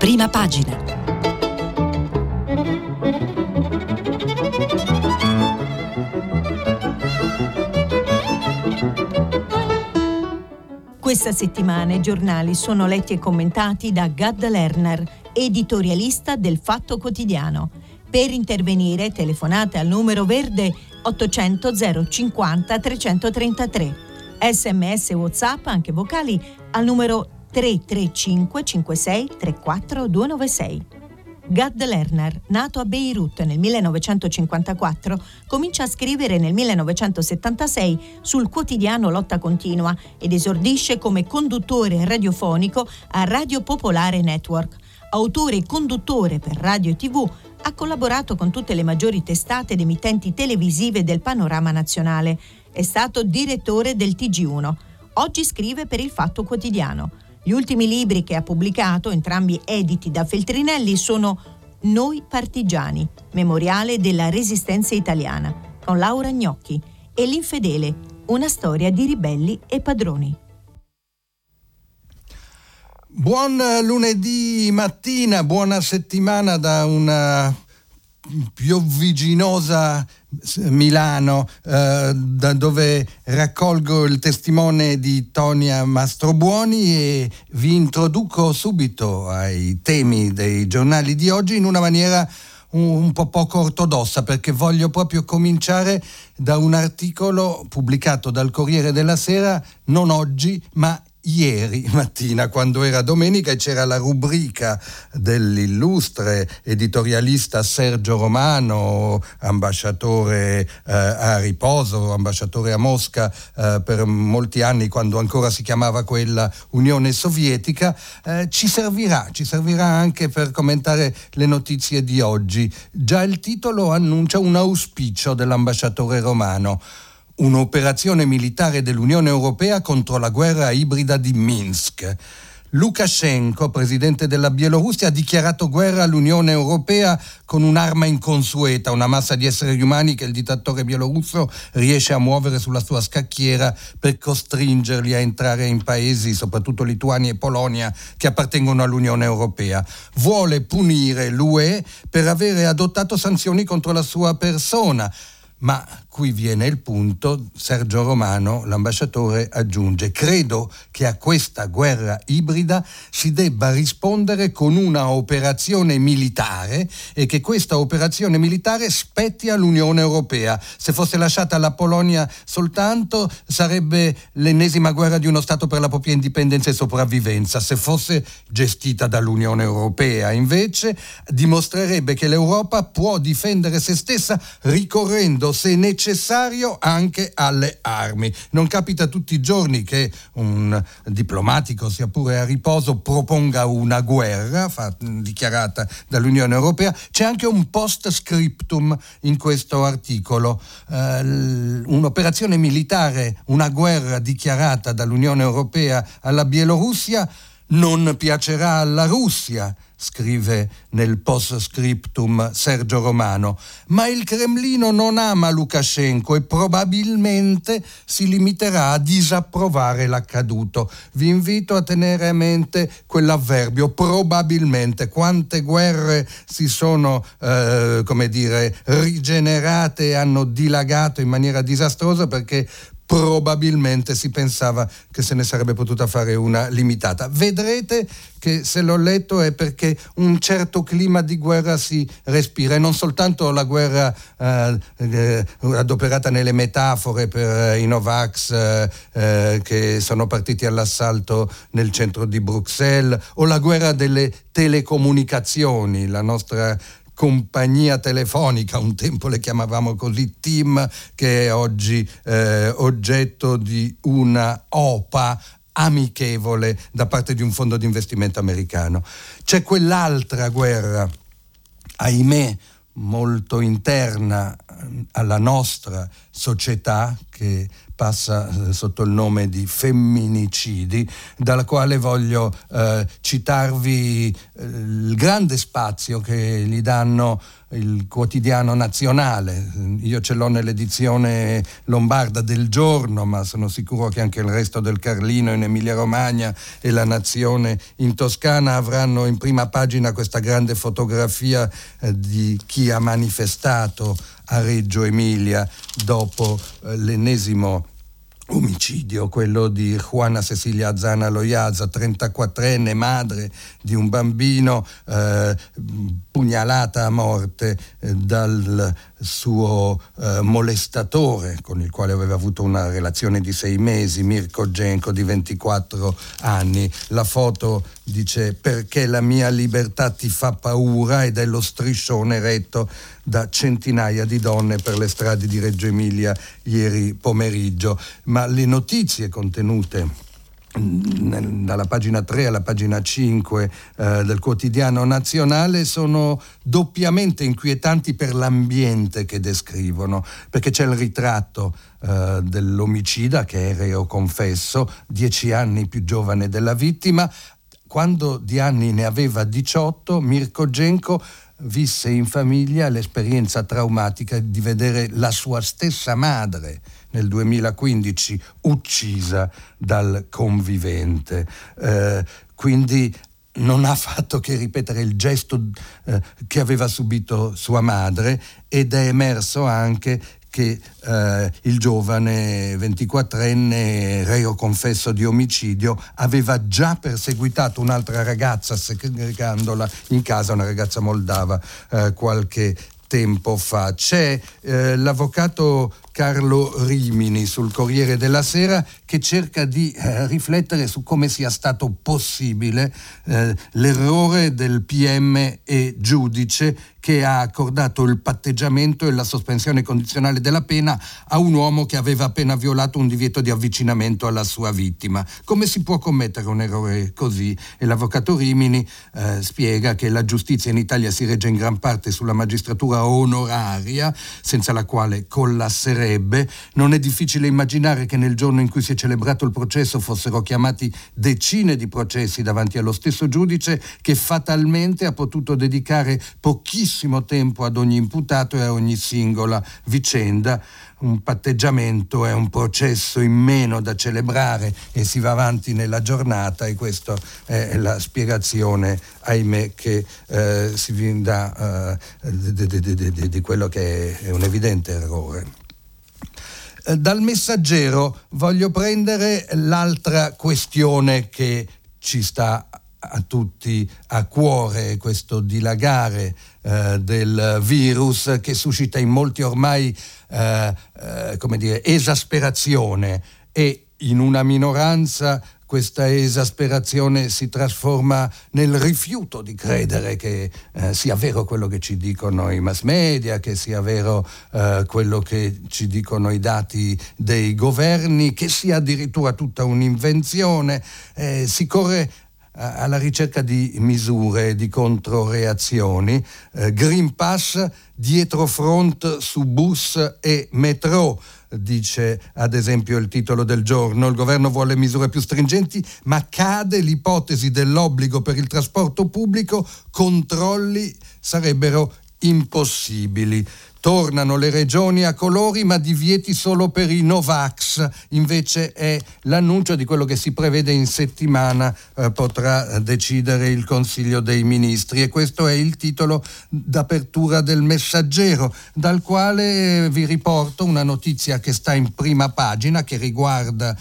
Prima pagina. Questa settimana i giornali sono letti e commentati da Gad Lerner, editorialista del Fatto Quotidiano. Per intervenire telefonate al numero verde 800 050 333. SMS WhatsApp, anche vocali, al numero 335 56 34 296. Gad Lerner, nato a Beirut nel 1954, comincia a scrivere nel 1976 sul quotidiano Lotta Continua ed esordisce come conduttore radiofonico a Radio Popolare Network. Autore e conduttore per radio e TV, ha collaborato con tutte le maggiori testate ed emittenti televisive del panorama nazionale. È stato direttore del TG1. Oggi scrive per il Fatto Quotidiano. Gli ultimi libri che ha pubblicato, entrambi editi da Feltrinelli, sono Noi partigiani, memoriale della resistenza italiana, con Laura Gnocchi, e L'Infedele, una storia di ribelli e padroni. Buon lunedì mattina, buona settimana da una piovigginosa Milano, da dove raccolgo il testimone di Tonia Mastrobuoni e vi introduco subito ai temi dei giornali di oggi in una maniera un po' poco ortodossa, perché voglio proprio cominciare da un articolo pubblicato dal Corriere della Sera non oggi ma ieri mattina, quando era domenica, e c'era la rubrica dell'illustre editorialista Sergio Romano, ambasciatore a riposo, ambasciatore a Mosca per molti anni, quando ancora si chiamava quella Unione Sovietica. Ci servirà anche per commentare le notizie di oggi. Già il titolo annuncia un auspicio dell'ambasciatore Romano: un'operazione militare dell'Unione Europea contro la guerra ibrida di Minsk. Lukashenko, presidente della Bielorussia, ha dichiarato guerra all'Unione Europea con un'arma inconsueta, una massa di esseri umani che il dittatore bielorusso riesce a muovere sulla sua scacchiera per costringerli a entrare in paesi, soprattutto Lituania e Polonia, che appartengono all'Unione Europea. Vuole punire l'UE per avere adottato sanzioni contro la sua persona. Ma qui viene il punto. Sergio Romano, l'ambasciatore, aggiunge: credo che a questa guerra ibrida si debba rispondere con una operazione militare e che questa operazione militare spetti all'Unione Europea. Se fosse lasciata alla Polonia soltanto, sarebbe l'ennesima guerra di uno Stato per la propria indipendenza e sopravvivenza. Se fosse gestita dall'Unione Europea, invece, dimostrerebbe che l'Europa può difendere se stessa ricorrendo, se necessario, anche alle armi. Non capita tutti i giorni che un diplomatico, sia pure a riposo, proponga una guerra dichiarata dall'Unione Europea. C'è anche un post scriptum in questo articolo. Un'operazione militare, una guerra dichiarata dall'Unione Europea alla Bielorussia non piacerà alla Russia, scrive nel post scriptum Sergio Romano, ma il Cremlino non ama Lukashenko e probabilmente si limiterà a disapprovare l'accaduto. Vi invito a tenere a mente quell'avverbio, probabilmente. Quante guerre si sono rigenerate e hanno dilagato in maniera disastrosa perché probabilmente si pensava che se ne sarebbe potuta fare una limitata. Vedrete che se l'ho letto è perché un certo clima di guerra si respira, e non soltanto la guerra adoperata nelle metafore per i Novax che sono partiti all'assalto nel centro di Bruxelles, o la guerra delle telecomunicazioni, la nostra compagnia telefonica, un tempo le chiamavamo così, TIM, che è oggi oggetto di una OPA amichevole da parte di un fondo di investimento americano. C'è quell'altra guerra, ahimè, molto interna alla nostra società, che passa sotto il nome di femminicidi, dalla quale voglio citarvi il grande spazio che gli danno il Quotidiano Nazionale. Io ce l'ho nell'edizione lombarda del Giorno, ma sono sicuro che anche il resto del Carlino in Emilia-Romagna e la Nazione in Toscana avranno in prima pagina questa grande fotografia di chi ha manifestato a Reggio Emilia dopo l'ennesimo omicidio, quello di Juana Cecilia Zana Loyaza, 34enne, madre di un bambino, pugnalata a morte dal suo molestatore, con il quale aveva avuto una relazione di 6 mesi, Mirko Genco, di 24 anni. La foto dice: perché la mia libertà ti fa paura, ed è lo striscione retto da centinaia di donne per le strade di Reggio Emilia ieri pomeriggio. Ma le notizie contenute dalla pagina 3 alla pagina 5 del Quotidiano Nazionale sono doppiamente inquietanti per l'ambiente che descrivono, perché c'è il ritratto dell'omicida, che è reo confesso, 10 anni più giovane della vittima. Quando di anni ne aveva 18, Mirko Genco visse in famiglia l'esperienza traumatica di vedere la sua stessa madre nel 2015 uccisa dal convivente. Quindi non ha fatto che ripetere il gesto che aveva subito sua madre, ed è emerso anche che il giovane 24enne reo confesso di omicidio aveva già perseguitato un'altra ragazza, segregandola in casa, una ragazza moldava, qualche tempo fa. C'è l'avvocato Carlo Rimini sul Corriere della Sera che cerca di riflettere su come sia stato possibile l'errore del PM e giudice che ha accordato il patteggiamento e la sospensione condizionale della pena a un uomo che aveva appena violato un divieto di avvicinamento alla sua vittima. Come si può commettere un errore così? E l'avvocato Rimini spiega che la giustizia in Italia si regge in gran parte sulla magistratura onoraria, senza la quale collasserebbe. Non è difficile immaginare che nel giorno in cui si è celebrato il processo fossero chiamati decine di processi davanti allo stesso giudice, che fatalmente ha potuto dedicare pochissimo tempo ad ogni imputato e a ogni singola vicenda. Un patteggiamento è un processo in meno da celebrare e si va avanti nella giornata, e questa è la spiegazione, ahimè, che si dà di quello che è un evidente errore. Dal Messaggero voglio prendere l'altra questione che ci sta a tutti a cuore, questo dilagare del virus che suscita in molti ormai esasperazione, e in una minoranza questa esasperazione si trasforma nel rifiuto di credere che sia vero quello che ci dicono i mass media, che sia vero quello che ci dicono i dati dei governi, che sia addirittura tutta un'invenzione. Si corre alla ricerca di misure, di controreazioni. Green Pass dietro front su bus e metro, dice ad esempio il titolo del Giorno. Il governo vuole misure più stringenti, ma cade l'ipotesi dell'obbligo per il trasporto pubblico, controlli sarebbero impossibili. Tornano le regioni a colori, ma divieti solo per i Novax. Invece è l'annuncio di quello che si prevede in settimana potrà decidere il Consiglio dei Ministri, e questo è il titolo d'apertura del Messaggero, dal quale vi riporto una notizia che sta in prima pagina, che riguarda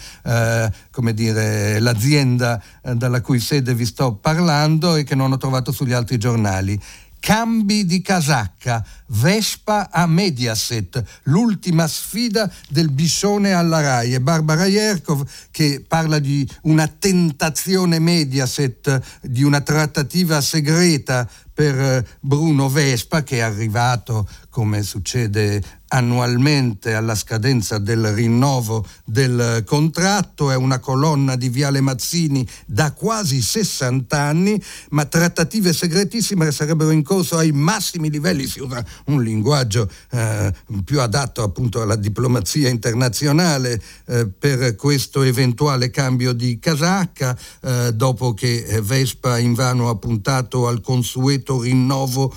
l'azienda dalla cui sede vi sto parlando e che non ho trovato sugli altri giornali. Cambi di casacca, Vespa a Mediaset, l'ultima sfida del Biscione alla Rai. E Barbara Jerkov che parla di una tentazione Mediaset, di una trattativa segreta per Bruno Vespa, che è arrivato, come succede annualmente alla scadenza del rinnovo del contratto. È una colonna di Viale Mazzini da quasi 60 anni, ma trattative segretissime che sarebbero in corso ai massimi livelli. Si usa un linguaggio più adatto appunto alla diplomazia internazionale per questo eventuale cambio di casacca, dopo che Vespa invano ha puntato al consueto rinnovo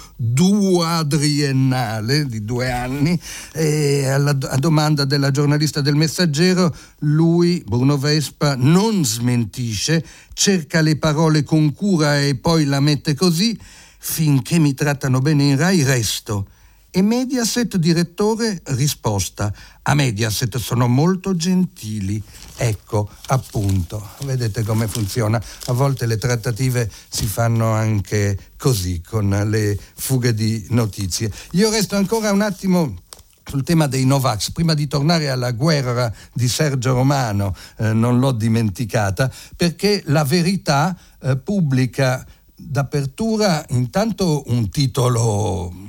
duadriennale di 2 anni. E a domanda della giornalista del Messaggero, lui, Bruno Vespa, non smentisce, cerca le parole con cura e poi la mette così: finché mi trattano bene in Rai resto. E Mediaset, direttore, risposta: a Mediaset sono molto gentili. Ecco, appunto, vedete come funziona. A volte le trattative si fanno anche così, con le fughe di notizie. Io resto ancora un attimo sul tema dei Novax, prima di tornare alla guerra di Sergio Romano, non l'ho dimenticata, perché La Verità pubblica d'apertura intanto un titolo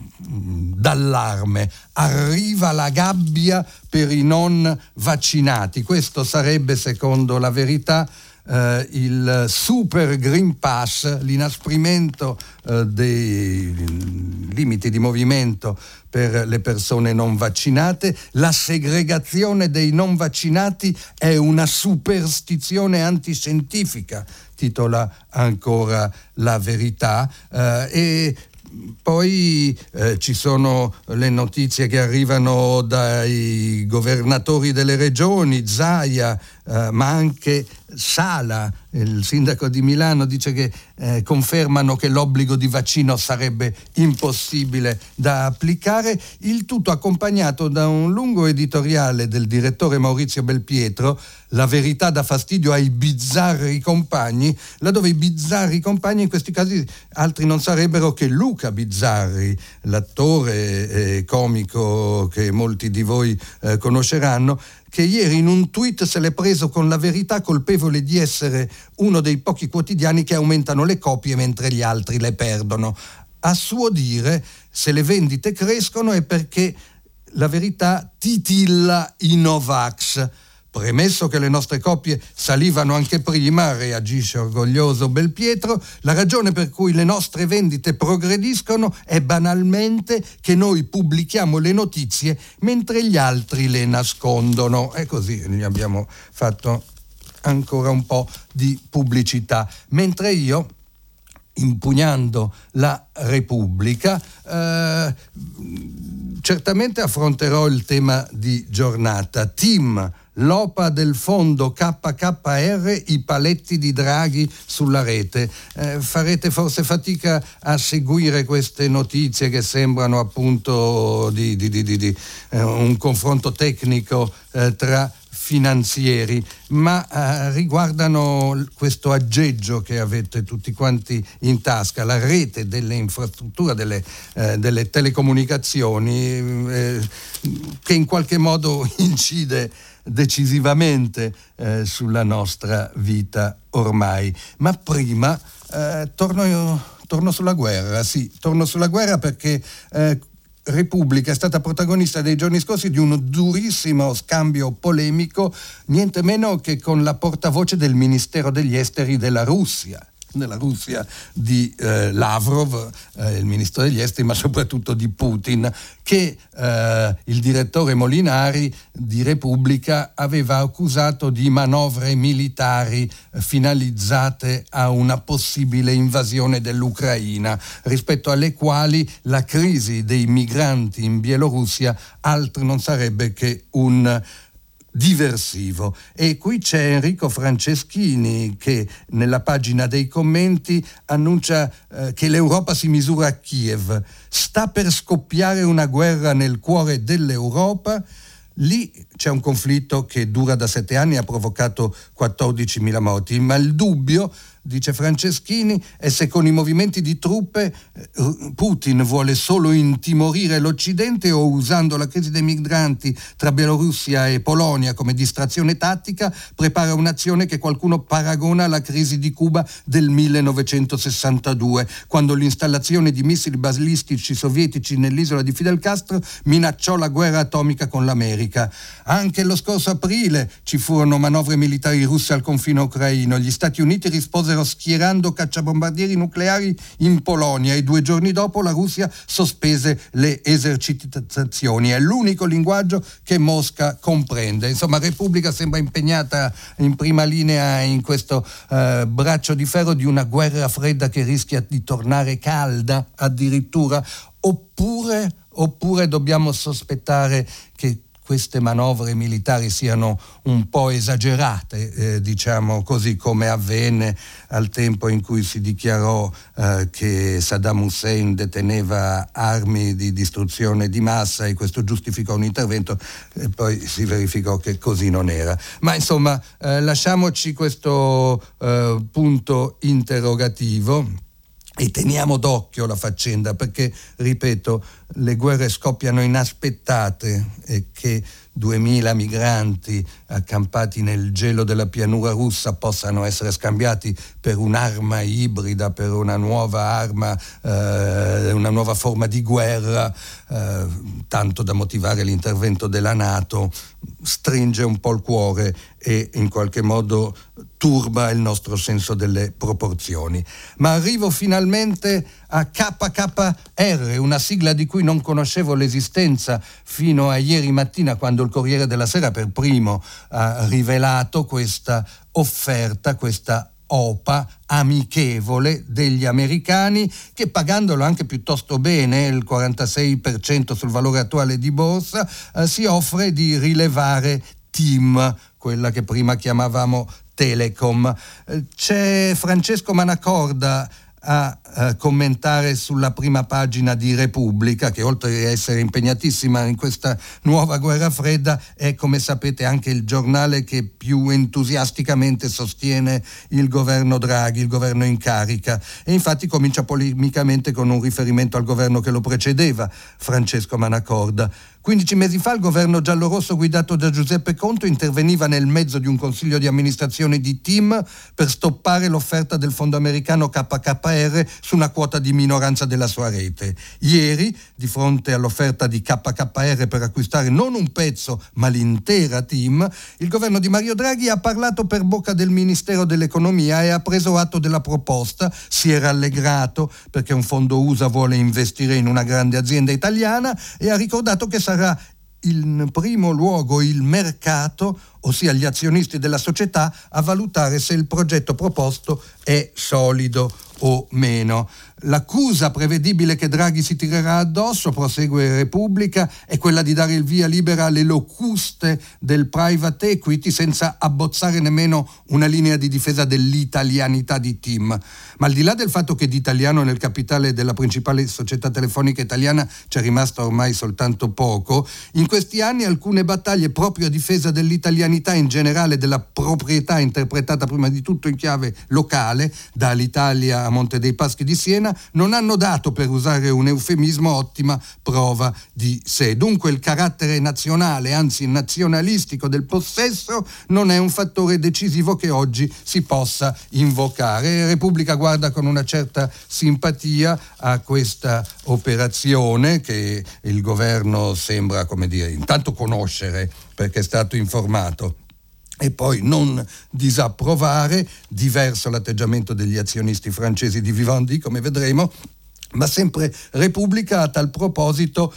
d'allarme: arriva la gabbia per i non vaccinati. Questo sarebbe, secondo La Verità, il super Green Pass, l'inasprimento dei limiti di movimento per le persone non vaccinate. La segregazione dei non vaccinati è una superstizione antiscientifica, titola ancora La Verità, e poi ci sono le notizie che arrivano dai governatori delle regioni, Zaia, ma anche Sala, il sindaco di Milano, dice che confermano che l'obbligo di vaccino sarebbe impossibile da applicare, il tutto accompagnato da un lungo editoriale del direttore Maurizio Belpietro. La Verità dà fastidio ai bizzarri compagni, laddove i bizzarri compagni in questi casi altri non sarebbero che Luca Bizzarri, l'attore comico che molti di voi conosceranno, che ieri in un tweet se l'è preso con La Verità, colpevole di essere uno dei pochi quotidiani che aumentano le copie mentre gli altri le perdono. A suo dire, se le vendite crescono è perché La Verità titilla i Novax. Premesso che le nostre copie salivano anche prima, reagisce orgoglioso Belpietro, la ragione per cui le nostre vendite progrediscono è banalmente che noi pubblichiamo le notizie mentre gli altri le nascondono. E così gli abbiamo fatto ancora un po' di pubblicità. Mentre io, impugnando la Repubblica, certamente affronterò il tema di giornata. Tim, l'OPA del fondo KKR, i paletti di Draghi sulla rete. Farete forse fatica a seguire queste notizie che sembrano appunto di un confronto tecnico tra finanzieri, ma riguardano questo aggeggio che avete tutti quanti in tasca, la rete delle infrastrutture, delle telecomunicazioni, che in qualche modo incide decisivamente sulla nostra vita ormai. Ma prima torno sulla guerra. Sì, torno sulla guerra perché Repubblica è stata protagonista nei giorni scorsi di un durissimo scambio polemico, niente meno che con la portavoce del Ministero degli Esteri della Russia di Lavrov, il ministro degli esteri, ma soprattutto di Putin, che il direttore Molinari di Repubblica aveva accusato di manovre militari finalizzate a una possibile invasione dell'Ucraina, rispetto alle quali la crisi dei migranti in Bielorussia altro non sarebbe che un diversivo. E qui c'è Enrico Franceschini che nella pagina dei commenti annuncia che l'Europa si misura a Kiev. Sta per scoppiare una guerra nel cuore dell'Europa. Lì c'è un conflitto che dura da 7 anni e ha provocato 14.000 morti, ma il dubbio dice Franceschini, è se con i movimenti di truppe Putin vuole solo intimorire l'Occidente o, usando la crisi dei migranti tra Bielorussia e Polonia come distrazione tattica, prepara un'azione che qualcuno paragona alla crisi di Cuba del 1962, quando l'installazione di missili balistici sovietici nell'isola di Fidel Castro minacciò la guerra atomica con l'America. Anche lo scorso aprile ci furono manovre militari russe al confine ucraino. Gli Stati Uniti risposero schierando cacciabombardieri nucleari in Polonia e 2 giorni dopo la Russia sospese le esercitazioni. È l'unico linguaggio che Mosca comprende. Insomma, Repubblica sembra impegnata in prima linea in questo braccio di ferro di una guerra fredda che rischia di tornare calda addirittura, oppure dobbiamo sospettare che queste manovre militari siano un po' esagerate, diciamo così, come avvenne al tempo in cui si dichiarò che Saddam Hussein deteneva armi di distruzione di massa e questo giustificò un intervento, e poi si verificò che così non era. Ma insomma, lasciamoci questo punto interrogativo e teniamo d'occhio la faccenda, perché, ripeto, le guerre scoppiano inaspettate e che 2000 migranti accampati nel gelo della pianura russa possano essere scambiati per un'arma ibrida, per una nuova arma, una nuova forma di guerra, tanto da motivare l'intervento della NATO, stringe un po' il cuore e in qualche modo turba il nostro senso delle proporzioni. Ma arrivo finalmente a KKR, una sigla di cui non conoscevo l'esistenza fino a ieri mattina, quando il Corriere della Sera per primo ha rivelato questa offerta, questa OPA amichevole degli americani, che pagandolo anche piuttosto bene, il 46% sul valore attuale di borsa, si offre di rilevare TIM, quella che prima chiamavamo Telecom. C'è Francesco Manacorda a commentare sulla prima pagina di Repubblica, che oltre a essere impegnatissima in questa nuova guerra fredda è, come sapete, anche il giornale che più entusiasticamente sostiene il governo Draghi, il governo in carica, e infatti comincia polemicamente con un riferimento al governo che lo precedeva, Francesco Manacorda. 15 mesi fa il governo giallorosso guidato da Giuseppe Conte interveniva nel mezzo di un consiglio di amministrazione di TIM per stoppare l'offerta del fondo americano KKR su una quota di minoranza della sua rete. Ieri, di fronte all'offerta di KKR per acquistare non un pezzo ma l'intera TIM, il governo di Mario Draghi ha parlato per bocca del Ministero dell'Economia e ha preso atto della proposta, si è rallegrato perché un fondo USA vuole investire in una grande azienda italiana e ha ricordato che sarà in primo luogo il mercato, ossia gli azionisti della società, a valutare se il progetto proposto è solido o meno. L'accusa prevedibile che Draghi si tirerà addosso, prosegue Repubblica, è quella di dare il via libera alle locuste del private equity senza abbozzare nemmeno una linea di difesa dell'italianità di TIM. Ma al di là del fatto che di italiano nel capitale della principale società telefonica italiana c'è rimasto ormai soltanto poco, in questi anni alcune battaglie proprio a difesa dell'italianità, in generale della proprietà interpretata prima di tutto in chiave locale, dall'Italia a Monte dei Paschi di Siena, non hanno dato, per usare un eufemismo, ottima prova di sé. Dunque il carattere nazionale, anzi nazionalistico del possesso non è un fattore decisivo che oggi si possa invocare. Repubblica guarda con una certa simpatia a questa operazione che il governo sembra, come dire, intanto conoscere perché è stato informato e poi non disapprovare. Diverso l'atteggiamento degli azionisti francesi di Vivendi, come vedremo, ma sempre Repubblica a tal proposito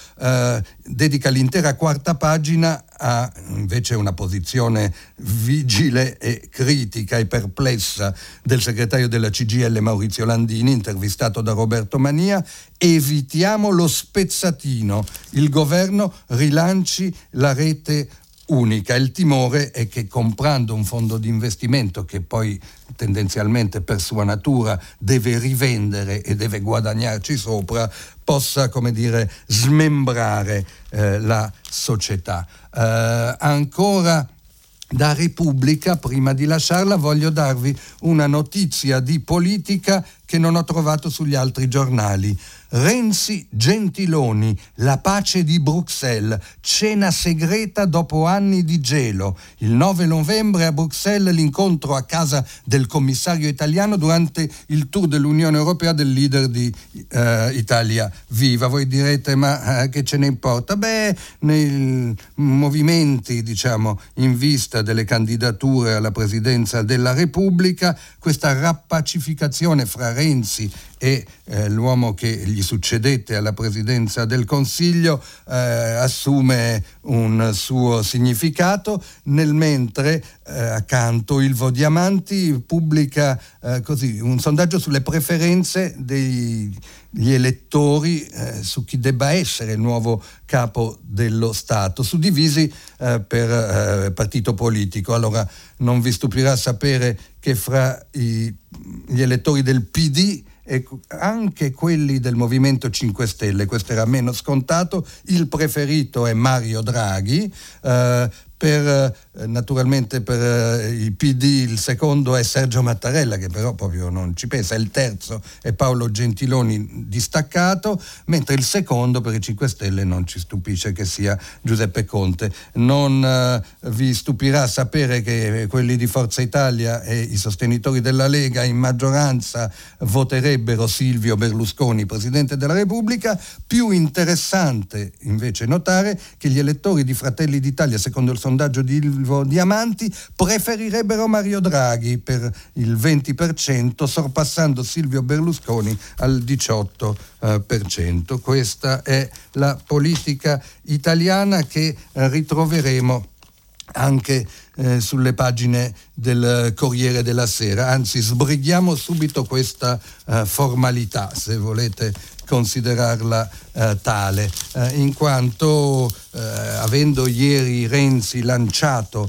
dedica l'intera quarta pagina a invece una posizione vigile e critica e perplessa del segretario della CGIL Maurizio Landini, intervistato da Roberto Mania. Evitiamo lo spezzatino, il governo rilanci la rete unica. Il timore è che, comprando un fondo di investimento che poi tendenzialmente per sua natura deve rivendere e deve guadagnarci sopra, possa, come dire, smembrare la società. Ancora Da Repubblica, prima di lasciarla, voglio darvi una notizia di politica che non ho trovato sugli altri giornali. Renzi Gentiloni, la pace di Bruxelles, cena segreta dopo anni di gelo. Il 9 novembre a Bruxelles l'incontro a casa del commissario italiano durante il tour dell'Unione Europea del leader di Italia Viva. Voi direte, ma che ce ne importa? Beh, nei movimenti, in vista delle candidature alla presidenza della Repubblica, questa rappacificazione fra Renzi e l'uomo che gli succedette alla presidenza del Consiglio assume un suo significato, nel mentre accanto Ilvo Diamanti pubblica un sondaggio sulle preferenze degli elettori su chi debba essere il nuovo capo dello Stato, suddivisi per partito politico. Allora non vi stupirà sapere che fra gli elettori del PD e anche quelli del Movimento 5 Stelle, questo era meno scontato, il preferito è Mario Draghi, naturalmente per il PD il secondo è Sergio Mattarella, che però proprio non ci pensa, il terzo è Paolo Gentiloni distaccato, mentre il secondo per i 5 Stelle non ci stupisce che sia Giuseppe Conte. Non vi stupirà sapere che quelli di Forza Italia e i sostenitori della Lega in maggioranza voterebbero Silvio Berlusconi Presidente della Repubblica. Più interessante invece notare che gli elettori di Fratelli d'Italia, secondo il sondaggio di Ilvo Diamanti, preferirebbero Mario Draghi per il 20%, sorpassando Silvio Berlusconi al 18%. Questa è la politica italiana che ritroveremo anche sulle pagine del Corriere della Sera. Anzi, sbrighiamo subito questa formalità, se volete considerarla tale, in quanto avendo ieri Renzi lanciato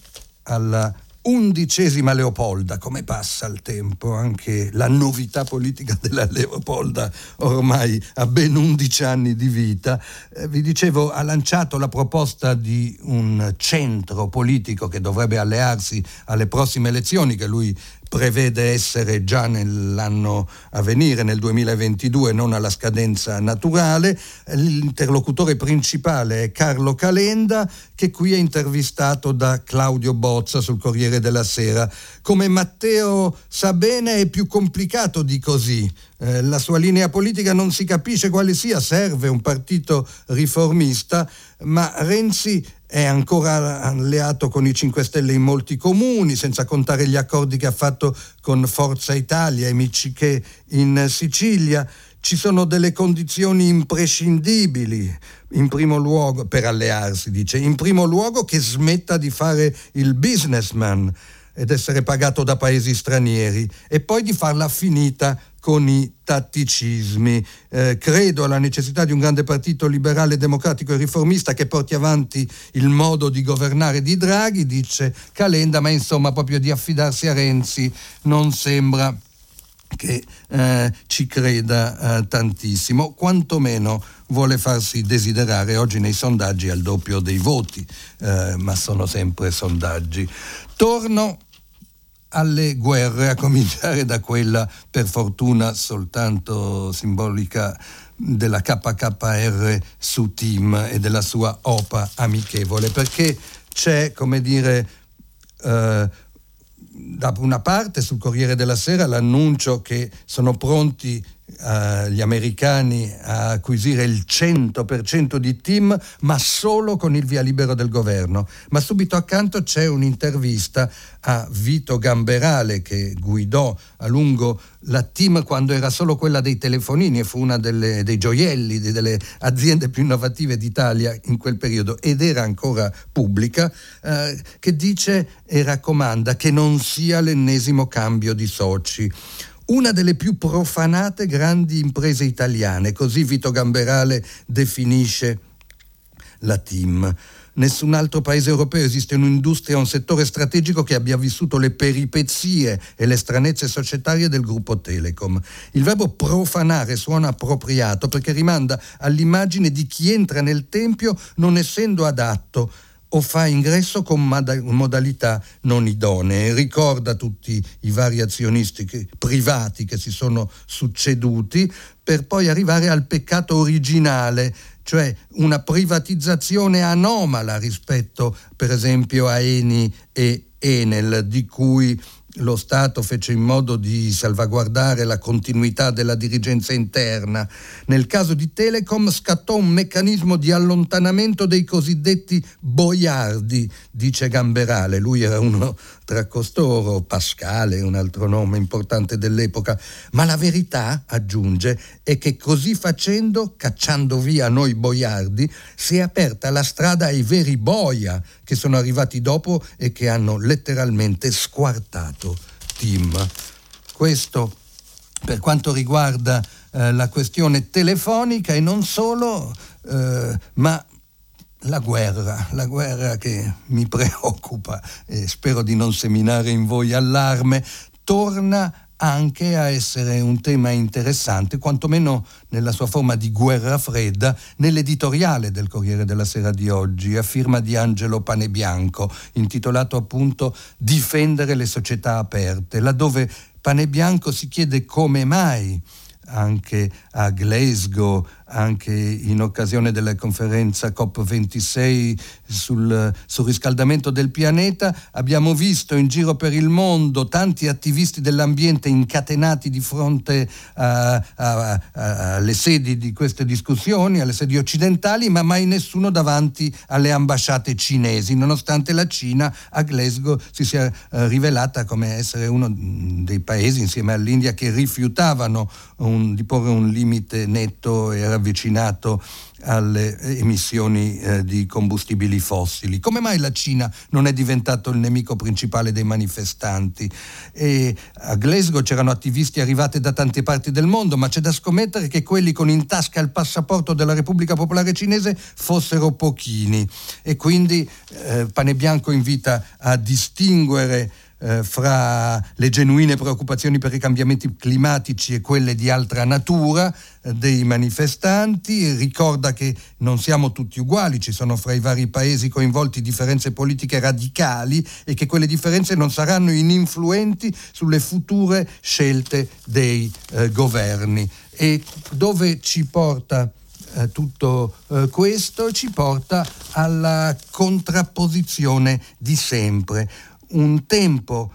alla 11ª Leopolda, come passa il tempo, anche la novità politica della Leopolda ormai ha ben 11 anni di vita, vi dicevo, ha lanciato la proposta di un centro politico che dovrebbe allearsi alle prossime elezioni, che lui prevede essere già nell'anno a venire, nel 2022, non alla scadenza naturale. L'interlocutore principale è Carlo Calenda, che qui è intervistato da Claudio Bozza sul Corriere della Sera. Come Matteo sa bene, è più complicato di così. La sua linea politica non si capisce quale sia, serve un partito riformista, ma Renzi è ancora alleato con i 5 Stelle in molti comuni, senza contare gli accordi che ha fatto con Forza Italia e Miccichè in Sicilia. Ci sono delle condizioni imprescindibili, in primo luogo, per allearsi, dice, in primo luogo che smetta di fare il businessman ed essere pagato da paesi stranieri, e poi di farla finita con i tatticismi. Credo alla necessità di un grande partito liberale, democratico e riformista che porti avanti il modo di governare di Draghi, dice Calenda, ma insomma proprio di affidarsi a Renzi non sembra che ci creda tantissimo, quantomeno vuole farsi desiderare. Oggi nei sondaggi al doppio dei voti, ma sono sempre sondaggi. Torno alle guerre, a cominciare da quella, per fortuna soltanto simbolica, della KKR su Team e della sua OPA amichevole, perché c'è, come dire, da una parte sul Corriere della Sera l'annuncio che sono pronti gli americani a acquisire il 100% di Team, ma solo con il via libero del governo. Ma subito accanto c'è un'intervista a Vito Gamberale, che guidò a lungo la Team quando era solo quella dei telefonini e fu una dei gioielli, delle aziende più innovative d'Italia in quel periodo, ed era ancora pubblica, che dice e raccomanda che non sia l'ennesimo cambio di soci. Una delle più profanate grandi imprese italiane, così Vito Gamberale definisce la Team. Nessun altro paese europeo esiste un'industria, un settore strategico che abbia vissuto le peripezie e le stranezze societarie del gruppo Telecom. Il verbo profanare suona appropriato perché rimanda all'immagine di chi entra nel tempio non essendo adatto o fa ingresso con modalità non idonee. Ricorda tutti i vari azionisti privati che si sono succeduti per poi arrivare al peccato originale, cioè una privatizzazione anomala rispetto per esempio a Eni e Enel, di cui lo Stato fece in modo di salvaguardare la continuità della dirigenza interna. Nel caso di Telecom scattò un meccanismo di allontanamento dei cosiddetti boiardi, dice Gamberale. Lui era uno tra costoro, Pascale, un altro nome importante dell'epoca. Ma la verità, aggiunge, è che così facendo, cacciando via noi boiardi, si è aperta la strada ai veri boia che sono arrivati dopo e che hanno letteralmente squartato TIM. Questo per quanto riguarda la questione telefonica e non solo, ma la guerra che mi preoccupa e spero di non seminare in voi allarme, torna anche a essere un tema interessante, quantomeno nella sua forma di guerra fredda, nell'editoriale del Corriere della Sera di oggi, a firma di Angelo Panebianco, intitolato appunto Difendere le società aperte, laddove Panebianco si chiede come mai anche a Glasgow, anche in occasione della conferenza COP26 sul riscaldamento del pianeta, abbiamo visto in giro per il mondo tanti attivisti dell'ambiente incatenati di fronte alle sedi di queste discussioni, alle sedi occidentali, ma mai nessuno davanti alle ambasciate cinesi, nonostante la Cina a Glasgow si sia rivelata come essere uno dei paesi insieme all'India che rifiutavano di porre un limite netto e ravvicinato alle emissioni di combustibili fossili. Come mai la Cina non è diventato il nemico principale dei manifestanti? E a Glasgow c'erano attivisti arrivati da tante parti del mondo, ma c'è da scommettere che quelli con in tasca il passaporto della Repubblica Popolare Cinese fossero pochini, e quindi Panebianco invita a distinguere fra le genuine preoccupazioni per i cambiamenti climatici e quelle di altra natura dei manifestanti. Ricorda che non siamo tutti uguali, ci sono fra i vari paesi coinvolti differenze politiche radicali e che quelle differenze non saranno ininfluenti sulle future scelte dei governi. E dove ci porta tutto questo? Ci porta alla contrapposizione di sempre. Un tempo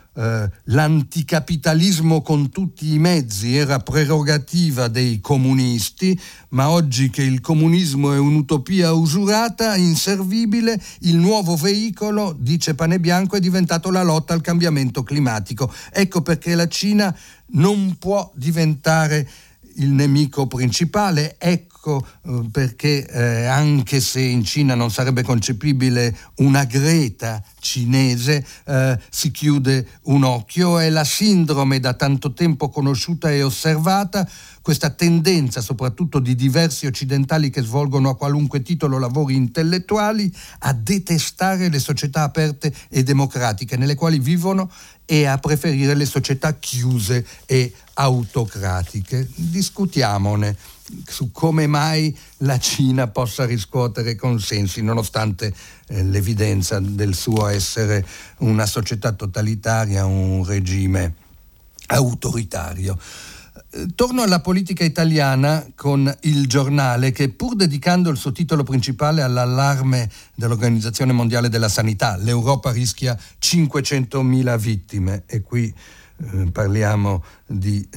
l'anticapitalismo con tutti i mezzi era prerogativa dei comunisti, ma oggi che il comunismo è un'utopia usurata, inservibile, il nuovo veicolo, dice Panebianco, è diventato la lotta al cambiamento climatico. Ecco perché la Cina non può diventare il nemico principale, ecco perché anche se in Cina non sarebbe concepibile una Greta cinese, si chiude un occhio. È la sindrome da tanto tempo conosciuta e osservata, questa tendenza soprattutto di diversi occidentali che svolgono a qualunque titolo lavori intellettuali a detestare le società aperte e democratiche nelle quali vivono e a preferire le società chiuse e autocratiche. Discutiamone su come mai la Cina possa riscuotere consensi nonostante l'evidenza del suo essere una società totalitaria, un regime autoritario. Torno alla politica italiana con Il Giornale, che pur dedicando il suo titolo principale all'allarme dell'Organizzazione Mondiale della Sanità, l'Europa rischia 500.000 vittime, e qui parliamo di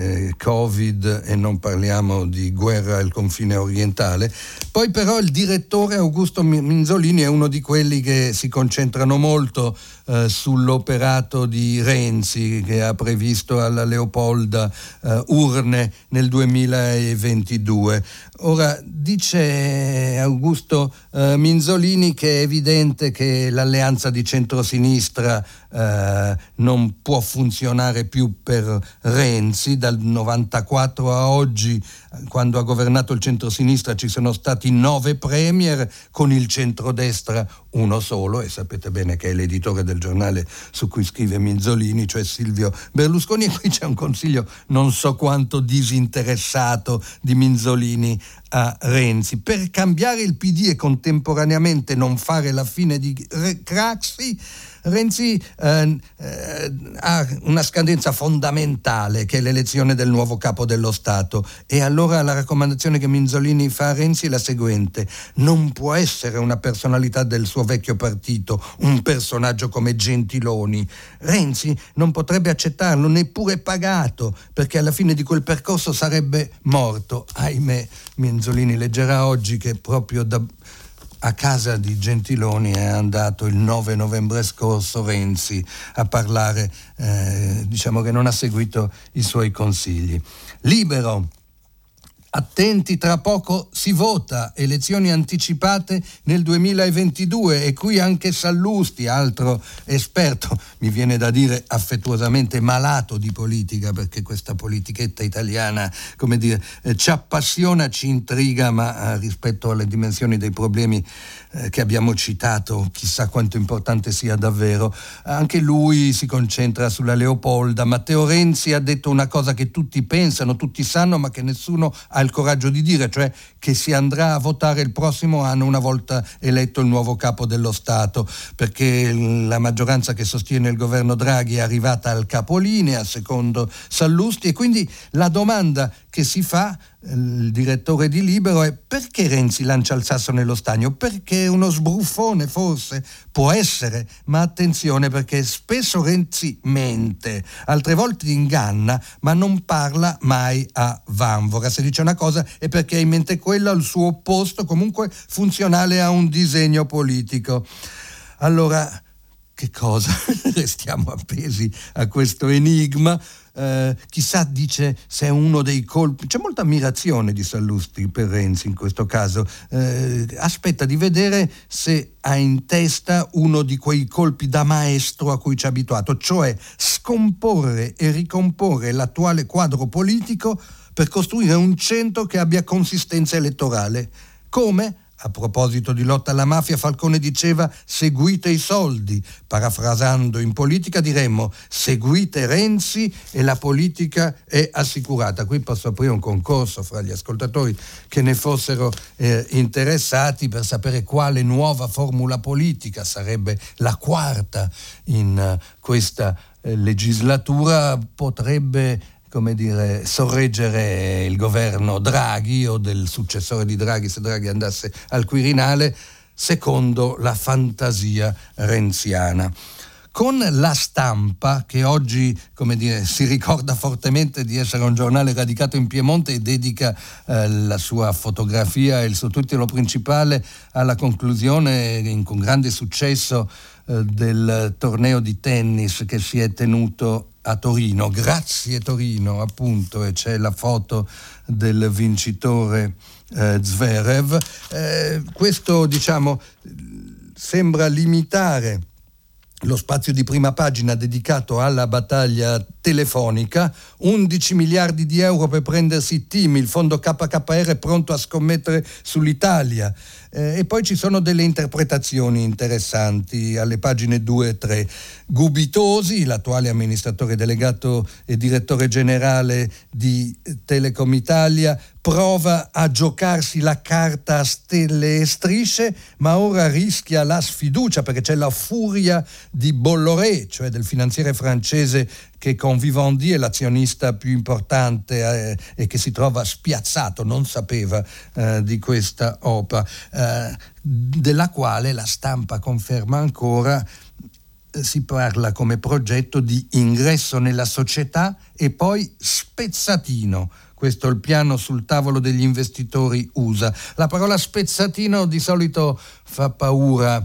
Covid e non parliamo di guerra al confine orientale. Poi però il direttore Augusto Minzolini è uno di quelli che si concentrano molto sull'operato di Renzi, che ha previsto alla Leopolda urne nel 2022. Ora, dice Augusto Minzolini che è evidente che l'alleanza di centrosinistra non può funzionare più per Renzi. Dal 94 a oggi, quando ha governato il centrosinistra, ci sono stati 9 premier, con il centrodestra uno solo, e sapete bene che è l'editore del giornale su cui scrive Minzolini, cioè Silvio Berlusconi. E qui c'è un consiglio non so quanto disinteressato di Minzolini a Renzi: per cambiare il PD e contemporaneamente non fare la fine di Craxi, Renzi ha una scadenza fondamentale, che è l'elezione del nuovo capo dello Stato. E allora la raccomandazione che Minzolini fa a Renzi è la seguente: non può essere una personalità del suo vecchio partito, un personaggio come Gentiloni. Renzi non potrebbe accettarlo, neppure pagato, perché alla fine di quel percorso sarebbe morto. Ahimè, Minzolini leggerà oggi che proprio a casa di Gentiloni è andato il 9 novembre scorso Renzi a parlare, diciamo che non ha seguito i suoi consigli. Libero. Attenti, tra poco si vota, elezioni anticipate nel 2022, e qui anche Sallusti, altro esperto, mi viene da dire affettuosamente malato di politica, perché questa politichetta italiana, come dire, ci appassiona, ci intriga, ma rispetto alle dimensioni dei problemi che abbiamo citato, chissà quanto importante sia davvero. Anche lui si concentra sulla Leopolda. Matteo Renzi ha detto una cosa che tutti pensano, tutti sanno, ma che nessuno ha il coraggio di dire, cioè che si andrà a votare il prossimo anno una volta eletto il nuovo capo dello Stato, perché la maggioranza che sostiene il governo Draghi è arrivata al capolinea, secondo Sallusti, e quindi la domanda che si fa il direttore di Libero è: perché Renzi lancia il sasso nello stagno? Perché è uno sbruffone, forse? Può essere, ma attenzione, perché spesso Renzi mente, altre volte inganna, ma non parla mai a vanvora. Se dice una cosa è perché ha in mente quella, il suo opposto, comunque funzionale a un disegno politico. Allora, che cosa? Restiamo appesi a questo enigma. Chissà, dice, se è uno dei colpi. C'è molta ammirazione di Sallusti per Renzi in questo caso. Aspetta di vedere se ha in testa uno di quei colpi da maestro a cui ci ha abituato, cioè scomporre e ricomporre l'attuale quadro politico per costruire un centro che abbia consistenza elettorale. Come? A proposito di lotta alla mafia, Falcone diceva: seguite i soldi. Parafrasando in politica diremmo: seguite Renzi e la politica è assicurata. Qui posso aprire un concorso fra gli ascoltatori che ne fossero interessati, per sapere quale nuova formula politica sarebbe la quarta in questa legislatura potrebbe, come dire, sorreggere il governo Draghi o del successore di Draghi, se Draghi andasse al Quirinale, secondo la fantasia renziana. Con La Stampa, che oggi, come dire, si ricorda fortemente di essere un giornale radicato in Piemonte e dedica la sua fotografia e il suo titolo principale alla conclusione, con grande successo, del torneo di tennis che si è tenuto a Torino. Grazie Torino, appunto, e c'è la foto del vincitore Zverev. Questo, diciamo, sembra limitare lo spazio di prima pagina dedicato alla battaglia telefonica. 11 miliardi di euro per prendersi TIM, il fondo KKR è pronto a scommettere sull'Italia. E poi ci sono delle interpretazioni interessanti alle pagine 2 e 3. Gubitosi, l'attuale amministratore delegato e direttore generale di Telecom Italia, prova a giocarsi la carta a stelle e strisce, ma ora rischia la sfiducia perché c'è la furia di Bolloré, cioè del finanziere francese che con Vivendi è l'azionista più importante e che si trova spiazzato, non sapeva di questa OPA, della quale La Stampa conferma ancora. Si parla come progetto di ingresso nella società e poi spezzatino. Questo è il piano sul tavolo degli investitori USA. La parola spezzatino di solito fa paura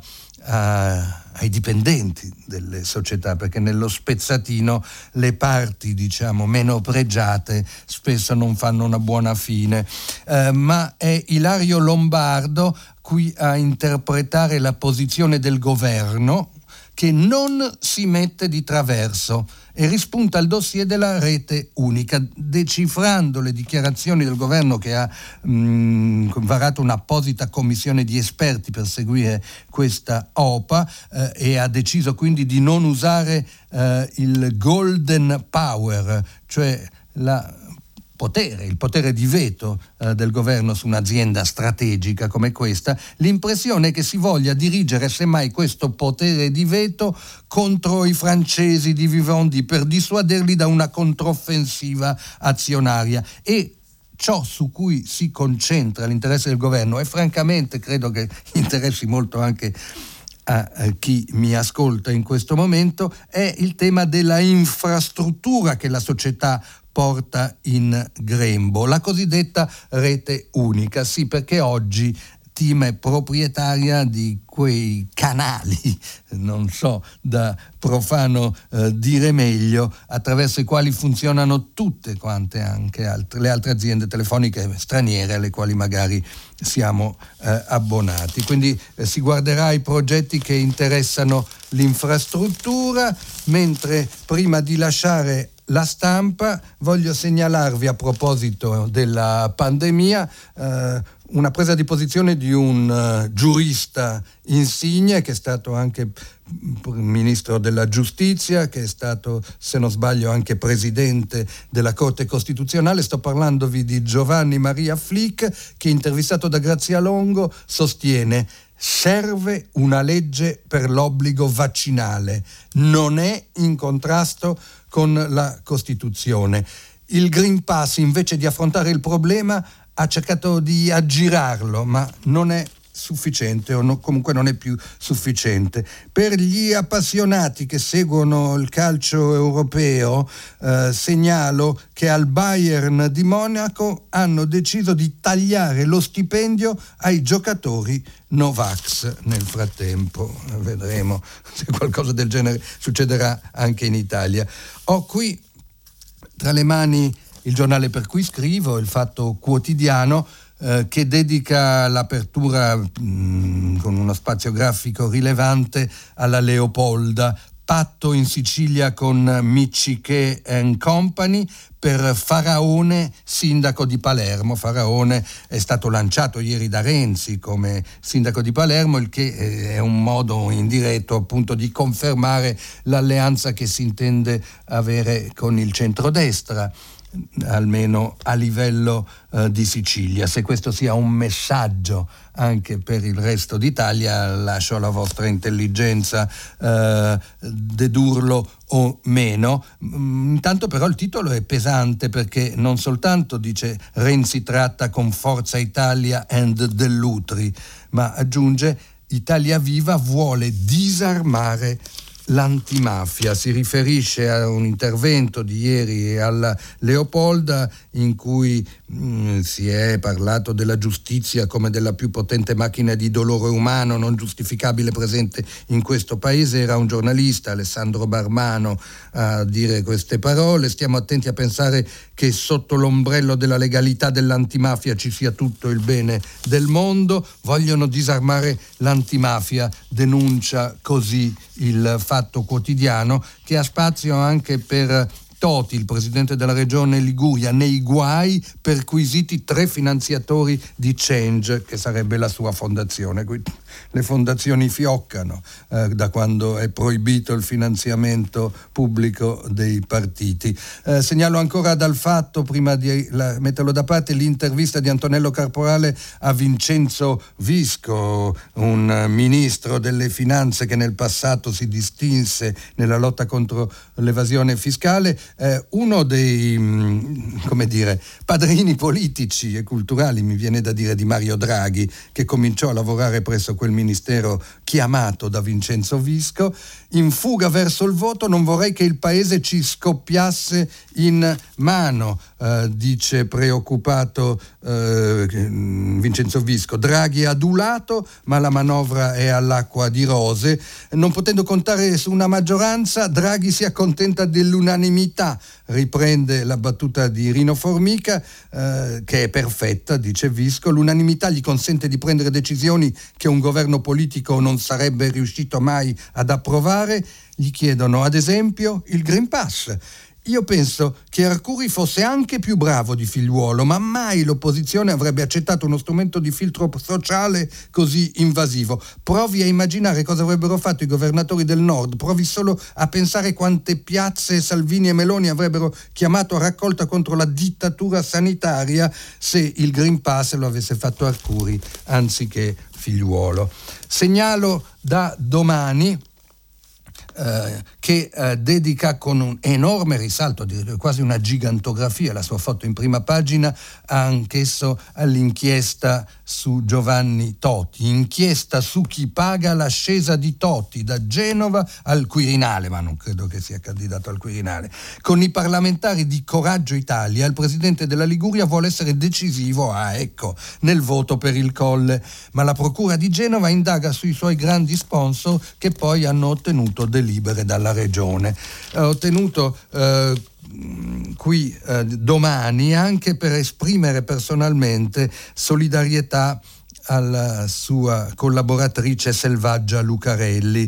ai dipendenti delle società, perché nello spezzatino le parti, diciamo, meno pregiate spesso non fanno una buona fine, ma è Ilario Lombardo qui a interpretare la posizione del governo, che non si mette di traverso e rispunta il dossier della rete unica, decifrando le dichiarazioni del governo che ha varato un'apposita commissione di esperti per seguire questa OPA e ha deciso quindi di non usare il golden power, cioè il potere di veto del governo su un'azienda strategica come questa. L'impressione è che si voglia dirigere semmai questo potere di veto contro i francesi di Vivendi per dissuaderli da una controffensiva azionaria, e ciò su cui si concentra l'interesse del governo, e francamente credo che interessi molto anche a chi mi ascolta in questo momento, è il tema della infrastruttura che la società porta in grembo, la cosiddetta rete unica. Sì, perché oggi TIM è proprietaria di quei canali, non so, da profano dire meglio, attraverso i quali funzionano tutte quante anche le altre aziende telefoniche straniere alle quali magari siamo abbonati. Quindi si guarderà i progetti che interessano l'infrastruttura, mentre prima di lasciare la stampa voglio segnalarvi, a proposito della pandemia, una presa di posizione di un giurista insigne che è stato anche ministro della giustizia, che è stato, se non sbaglio, anche presidente della Corte Costituzionale. Sto parlandovi di Giovanni Maria Flick, che, intervistato da Grazia Longo, sostiene: serve una legge per l'obbligo vaccinale, non è in contrasto con la Costituzione. Il Green Pass, invece di affrontare il problema, ha cercato di aggirarlo, ma non è sufficiente, comunque non è più sufficiente. Per gli appassionati che seguono il calcio europeo, segnalo che al Bayern di Monaco hanno deciso di tagliare lo stipendio ai giocatori Novax nel frattempo. Vedremo se qualcosa del genere succederà anche in Italia. Ho qui tra le mani il giornale per cui scrivo, il Fatto Quotidiano, che dedica l'apertura con uno spazio grafico rilevante alla Leopolda. Patto in Sicilia con Micciche & Company per Faraone, sindaco di Palermo. Faraone è stato lanciato ieri da Renzi come sindaco di Palermo, il che è un modo indiretto appunto di confermare l'alleanza che si intende avere con il centrodestra, almeno a livello di Sicilia. Se questo sia un messaggio anche per il resto d'Italia, lascio alla vostra intelligenza dedurlo o meno. Intanto però il titolo è pesante, perché non soltanto dice Renzi tratta con Forza Italia and Dell'Utri, ma aggiunge Italia Viva vuole disarmare l'antimafia. Si riferisce a un intervento di ieri alla Leopolda in cui si è parlato della giustizia come della più potente macchina di dolore umano non giustificabile presente in questo paese. Era un giornalista, Alessandro Barmano, a dire queste parole. Stiamo attenti a pensare che sotto l'ombrello della legalità dell'antimafia ci sia tutto il bene del mondo. Vogliono disarmare l'antimafia, denuncia così il Fatto Quotidiano, che ha spazio anche per Toti, il presidente della regione Liguria, nei guai, perquisiti 3 finanziatori di Change, che sarebbe la sua fondazione. Le fondazioni fioccano da quando è proibito il finanziamento pubblico dei partiti. Segnalo ancora dal Fatto, prima di metterlo da parte, l'intervista di Antonello Caporale a Vincenzo Visco, un ministro delle finanze che nel passato si distinse nella lotta contro l'evasione fiscale, uno dei padrini politici e culturali, mi viene da dire, di Mario Draghi, che cominciò a lavorare presso quel ministero chiamato da Vincenzo Visco. In fuga verso il voto, non vorrei che il paese ci scoppiasse in mano, dice preoccupato Vincenzo Visco. Draghi è adulato, ma la manovra è all'acqua di rose. Non potendo contare su una maggioranza, Draghi si accontenta dell'unanimità l'unanimità, riprende la battuta di Rino Formica, che è perfetta, dice Visco, l'unanimità gli consente di prendere decisioni che un governo politico non sarebbe riuscito mai ad approvare. Gli chiedono ad esempio il Green Pass. Io penso che Arcuri fosse anche più bravo di Figliuolo, ma mai l'opposizione avrebbe accettato uno strumento di filtro sociale così invasivo. Provi a immaginare cosa avrebbero fatto i governatori del Nord, provi solo a pensare quante piazze Salvini e Meloni avrebbero chiamato a raccolta contro la dittatura sanitaria se il Green Pass lo avesse fatto Arcuri anziché Figliuolo. Segnalo da Domani che dedica con un enorme risalto, quasi una gigantografia, la sua foto in prima pagina, anch'esso all'inchiesta su Giovanni Toti, inchiesta su chi paga l'ascesa di Toti da Genova al Quirinale, ma non credo che sia candidato al Quirinale. Con i parlamentari di Coraggio Italia, il presidente della Liguria vuole essere decisivo, nel voto per il Colle, ma la procura di Genova indaga sui suoi grandi sponsor che poi hanno ottenuto delibere dalla regione. Ha ottenuto qui Domani anche per esprimere personalmente solidarietà alla sua collaboratrice Selvaggia Lucarelli.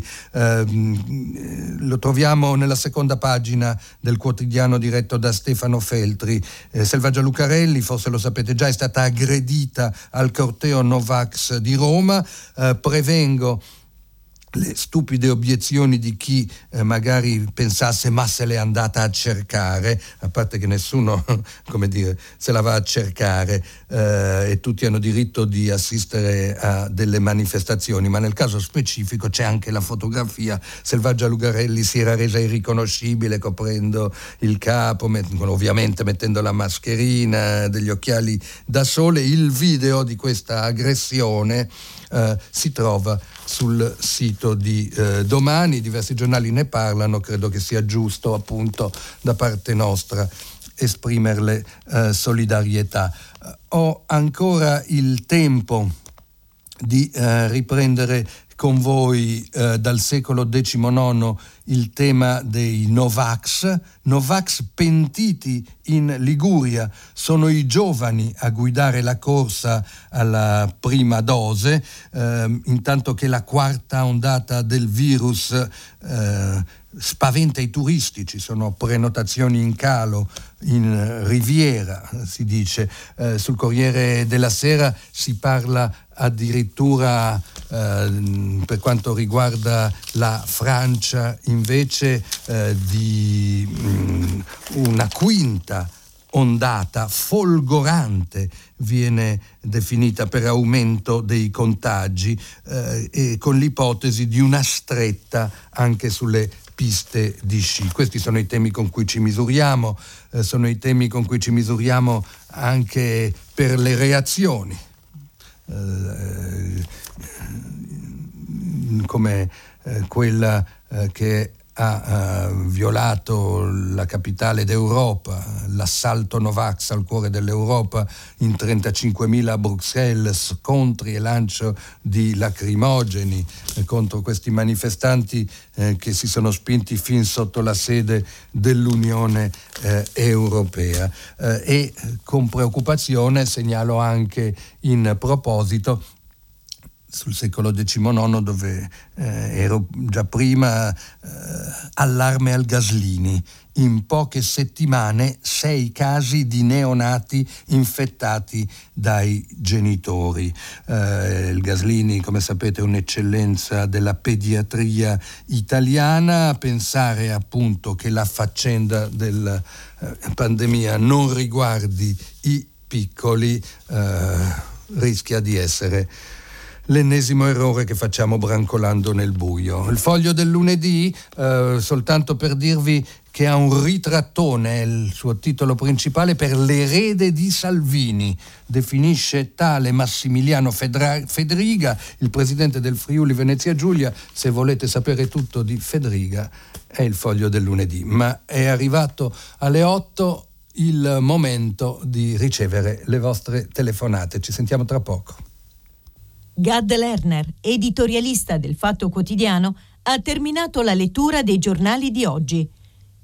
Lo troviamo nella seconda pagina del quotidiano diretto da Stefano Feltri. Selvaggia Lucarelli, forse lo sapete già, è stata aggredita al corteo Novax di Roma. Prevengo le stupide obiezioni di chi magari pensasse ma se l'è andata a cercare, a parte che nessuno se la va a cercare e tutti hanno diritto di assistere a delle manifestazioni, ma nel caso specifico c'è anche la fotografia. Selvaggia Lucarelli si era resa irriconoscibile coprendo il capo, ovviamente mettendo la mascherina, degli occhiali da sole. Il video di questa aggressione si trova sul sito di Domani, diversi giornali ne parlano, credo che sia giusto appunto da parte nostra esprimerle solidarietà. Ho ancora il tempo di riprendere con voi dal secolo XIX il tema dei Novax pentiti in Liguria. Sono i giovani a guidare la corsa alla prima dose, intanto che la quarta ondata del virus spaventa i turisti. Ci sono prenotazioni in calo in Riviera, si dice. Sul Corriere della Sera si parla addirittura per quanto riguarda la Francia invece di una quinta ondata folgorante viene definita per aumento dei contagi e con l'ipotesi di una stretta anche sulle piste di sci. Questi sono i temi con cui ci misuriamo, sono i temi con cui ci misuriamo anche per le reazioni, come quella che ha violato la capitale d'Europa, l'assalto Novax al cuore dell'Europa in 35.000 a Bruxelles, scontri e lancio di lacrimogeni contro questi manifestanti che si sono spinti fin sotto la sede dell'Unione Europea. E con preoccupazione segnalo anche in proposito sul secolo XIX, dove ero già prima, allarme al Gaslini. In poche settimane 6 casi di neonati infettati dai genitori. Il Gaslini, come sapete, è un'eccellenza della pediatria italiana. Pensare appunto che la faccenda della pandemia non riguardi i piccoli rischia di essere l'ennesimo errore che facciamo brancolando nel buio. Il Foglio del lunedì, soltanto per dirvi che ha un ritrattone, è il suo titolo principale, per l'erede di Salvini. Definisce tale Massimiliano Fedriga, il presidente del Friuli Venezia Giulia. Se volete sapere tutto di Fedriga è il Foglio del lunedì. Ma è arrivato alle 8 il momento di ricevere le vostre telefonate. Ci sentiamo tra poco. Gad Lerner, editorialista del Fatto Quotidiano, ha terminato la lettura dei giornali di oggi.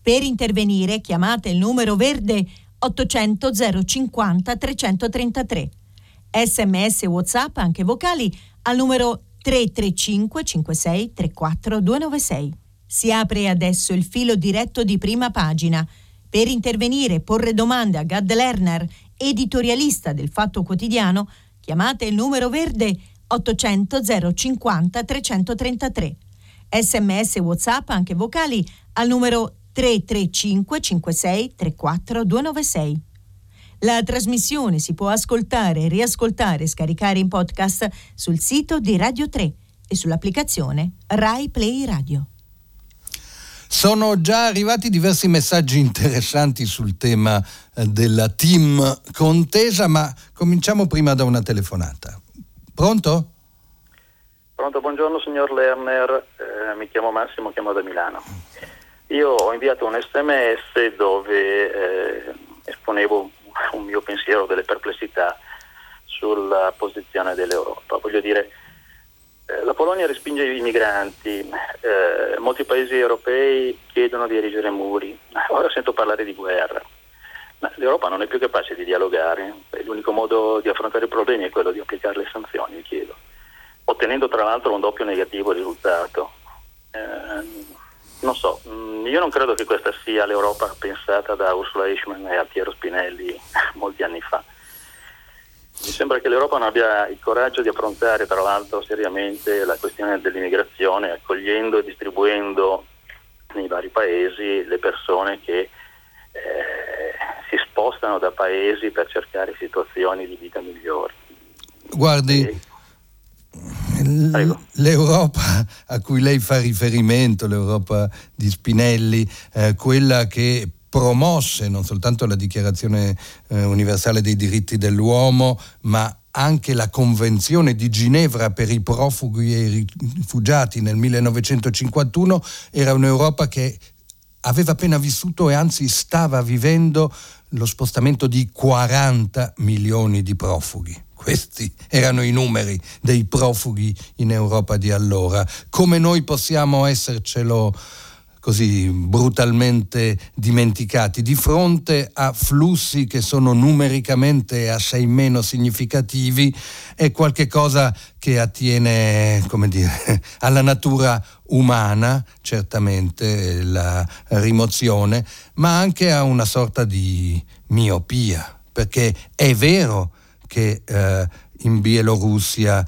Per intervenire chiamate il numero verde 800 050 333. SMS WhatsApp anche vocali al numero 335 56 34 296. Si apre adesso il filo diretto di Prima Pagina. Per intervenire e porre domande a Gad Lerner, editorialista del Fatto Quotidiano, chiamate il numero verde 800 050 333. SMS WhatsApp anche vocali al numero 335 56 34 296. La trasmissione si può ascoltare, riascoltare e scaricare in podcast sul sito di Radio 3 e sull'applicazione Rai Play Radio. Sono già arrivati diversi messaggi interessanti sul tema della team contesa, ma cominciamo prima da una telefonata. Pronto? Pronto, buongiorno signor Lerner, mi chiamo Massimo, chiamo da Milano. Io ho inviato un SMS dove esponevo un mio pensiero, delle perplessità sulla posizione dell'Europa. Voglio dire, la Polonia respinge i migranti, molti paesi europei chiedono di erigere muri, ora sento parlare di guerra, ma l'Europa non è più capace di dialogare, l'unico modo di affrontare i problemi è quello di applicare le sanzioni, vi chiedo, ottenendo tra l'altro un doppio negativo risultato. Non so, io non credo che questa sia l'Europa pensata da Ursula Eichmann e Altiero Spinelli molti anni fa. Mi sembra che l'Europa non abbia il coraggio di affrontare tra l'altro seriamente la questione dell'immigrazione, accogliendo e distribuendo nei vari paesi le persone che si spostano da paesi per cercare situazioni di vita migliori. Guardi, l'Europa a cui lei fa riferimento, l'Europa di Spinelli, quella che promosse non soltanto la Dichiarazione universale dei diritti dell'uomo, ma anche la Convenzione di Ginevra per i profughi e i rifugiati nel 1951, era un'Europa che aveva appena vissuto e anzi stava vivendo lo spostamento di 40 milioni di profughi. Questi erano i numeri dei profughi in Europa di allora. Come noi possiamo essercelo così brutalmente dimenticati di fronte a flussi che sono numericamente assai meno significativi? È qualche cosa che attiene, come dire, alla natura umana, certamente la rimozione, ma anche a una sorta di miopia, perché è vero che in Bielorussia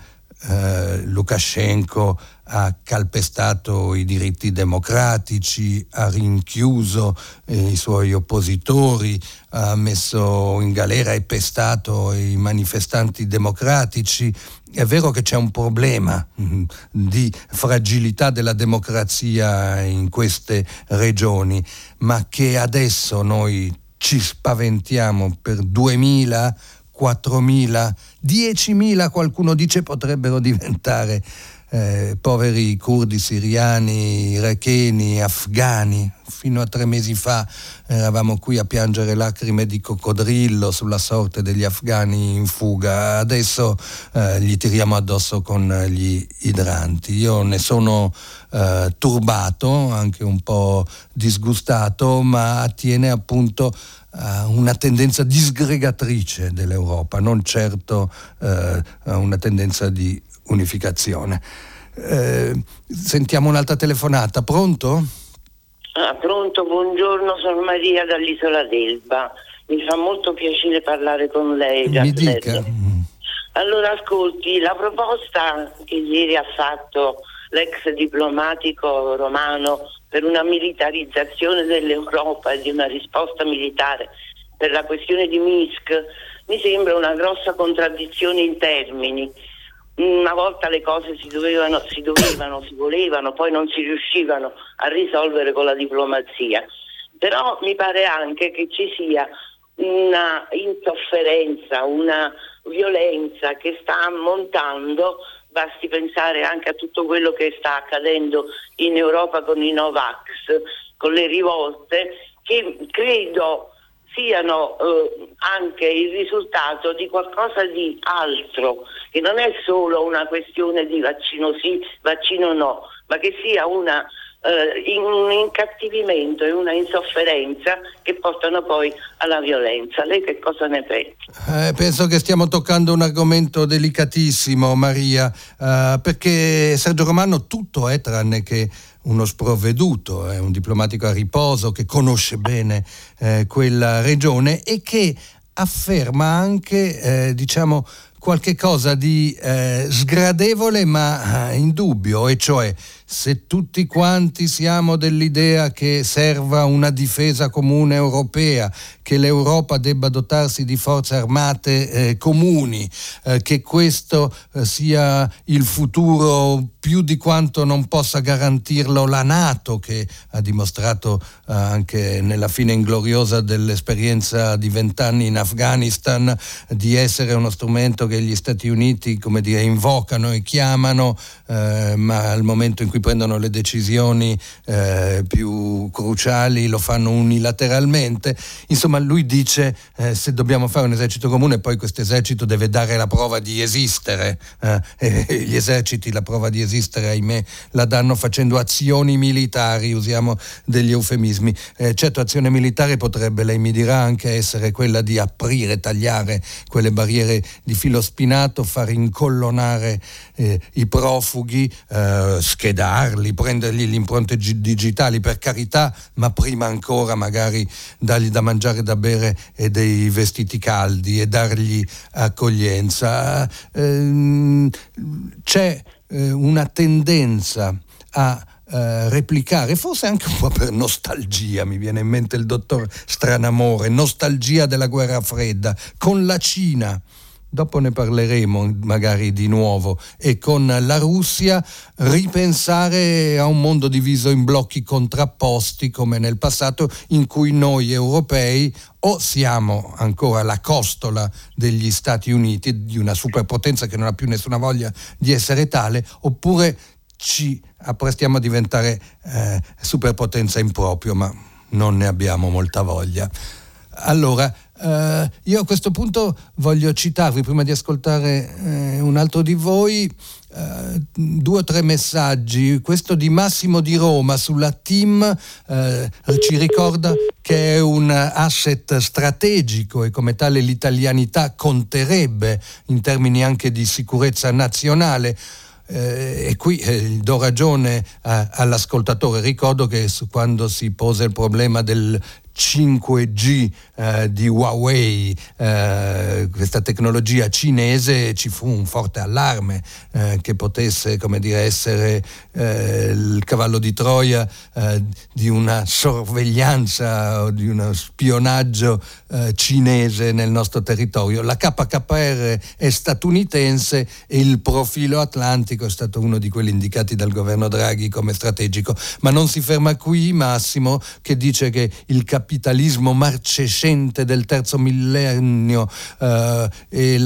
Lukashenko ha calpestato i diritti democratici, ha rinchiuso i suoi oppositori, ha messo in galera e pestato i manifestanti democratici. È vero che c'è un problema di fragilità della democrazia in queste regioni, ma che adesso noi ci spaventiamo per 2.000, 4.000, 10.000, qualcuno dice potrebbero diventare poveri curdi, siriani, iracheni, afghani. Fino a 3 mesi fa eravamo qui a piangere lacrime di coccodrillo sulla sorte degli afghani in fuga, adesso gli tiriamo addosso con gli idranti. Io ne sono turbato, anche un po' disgustato, ma attiene appunto a una tendenza disgregatrice dell'Europa, non certo a una tendenza di unificazione. Sentiamo un'altra telefonata. Pronto? Pronto, buongiorno, sono Maria dall'Isola d'Elba. Mi fa molto piacere parlare con lei. Mi dica. Allora, ascolti, la proposta che ieri ha fatto l'ex diplomatico romano per una militarizzazione dell'Europa e di una risposta militare per la questione di Minsk mi sembra una grossa contraddizione in termini. Una volta le cose si volevano, poi non si riuscivano a risolvere con la diplomazia. Però mi pare anche che ci sia una insofferenza, una violenza che sta montando. Basti pensare anche a tutto quello che sta accadendo in Europa con i Novax, con le rivolte, che credo siano anche il risultato di qualcosa di altro, che non è solo una questione di vaccino sì, vaccino no, ma che sia una un incattivimento e una insofferenza che portano poi alla violenza. Lei che cosa ne pensa? Penso che stiamo toccando un argomento delicatissimo, Maria, perché Sergio Romano tutto è tranne che uno sprovveduto, è un diplomatico a riposo che conosce bene quella regione e che afferma anche, qualche cosa di sgradevole ma indubbio, e cioè se tutti quanti siamo dell'idea che serva una difesa comune europea, che l'Europa debba dotarsi di forze armate comuni, che questo sia il futuro più di quanto non possa garantirlo la NATO, che ha dimostrato anche nella fine ingloriosa dell'esperienza di 20 anni in Afghanistan di essere uno strumento che gli Stati Uniti, come dire, invocano e chiamano, ma al momento in cui prendono le decisioni più cruciali lo fanno unilateralmente. Insomma, lui dice se dobbiamo fare un esercito comune, poi questo esercito deve dare la prova di esistere, e gli eserciti la prova di esistere, ahimè, la danno facendo azioni militari, usiamo degli eufemismi. Certo, azione militare potrebbe, lei mi dirà, anche essere quella di aprire, tagliare quelle barriere di filo spinato, far incollonare i profughi, schedarli, prendergli le impronte digitali, per carità, ma prima ancora magari dargli da mangiare, da bere e dei vestiti caldi e dargli accoglienza. C'è una tendenza a replicare, forse anche un po' per nostalgia, mi viene in mente il dottor Stranamore, nostalgia della guerra fredda, con la Cina, dopo ne parleremo magari di nuovo, e con la Russia ripensare a un mondo diviso in blocchi contrapposti come nel passato, in cui noi europei o siamo ancora la costola degli Stati Uniti, di una superpotenza che non ha più nessuna voglia di essere tale, oppure ci apprestiamo a diventare superpotenza in proprio, ma non ne abbiamo molta voglia. Allora, io a questo punto voglio citarvi, prima di ascoltare un altro di voi, 2 o 3 messaggi. Questo di Massimo di Roma sulla TIM ci ricorda che è un asset strategico e come tale l'italianità conterebbe in termini anche di sicurezza nazionale. E qui do ragione all'ascoltatore. Ricordo che quando si pose il problema del 5G di Huawei, questa tecnologia cinese, ci fu un forte allarme che potesse, come dire, essere il cavallo di Troia di una sorveglianza o di uno spionaggio cinese nel nostro territorio. La KKR è statunitense e il profilo atlantico è stato uno di quelli indicati dal governo Draghi come strategico, ma non si ferma qui Massimo, che dice che il capitalismo marcescente del terzo millennio e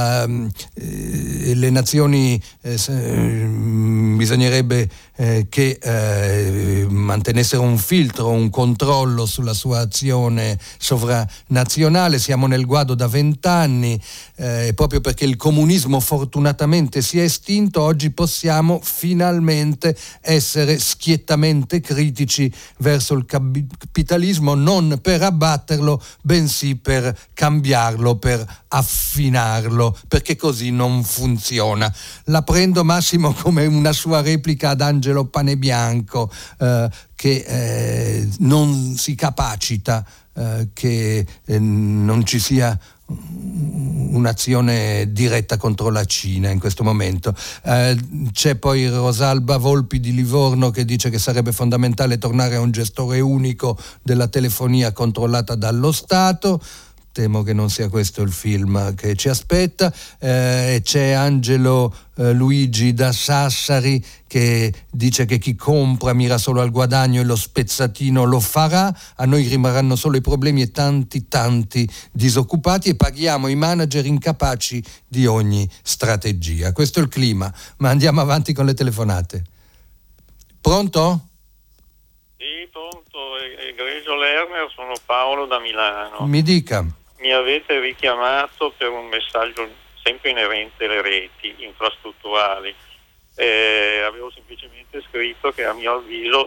le nazioni bisognerebbe che mantenessero un filtro, un controllo sulla sua azione sovranazionale. Siamo nel guado da 20 anni, proprio perché il comunismo fortunatamente si è estinto, oggi possiamo finalmente essere schiettamente critici verso il capitalismo, non per abbatterlo, bensì per cambiarlo, per affinarlo, perché così non funziona. La prendo, Massimo, come una sua replica ad Angelo Panebianco, che non si capacita che non ci sia un'azione diretta contro la Cina in questo momento. C'è poi Rosalba Volpi di Livorno che dice che sarebbe fondamentale tornare a un gestore unico della telefonia controllata dallo Stato. Temo che non sia questo il film che ci aspetta. C'è Angelo Luigi da Sassari che dice che chi compra mira solo al guadagno e lo spezzatino lo farà. A noi rimarranno solo i problemi e tanti disoccupati, e paghiamo i manager incapaci di ogni strategia. Questo è il clima, ma andiamo avanti con le telefonate. Pronto? Sì, pronto. Egregio Lerner, sono Paolo da Milano. Mi dica. Mi avete richiamato per un messaggio sempre inerente alle reti infrastrutturali. Avevo semplicemente scritto che a mio avviso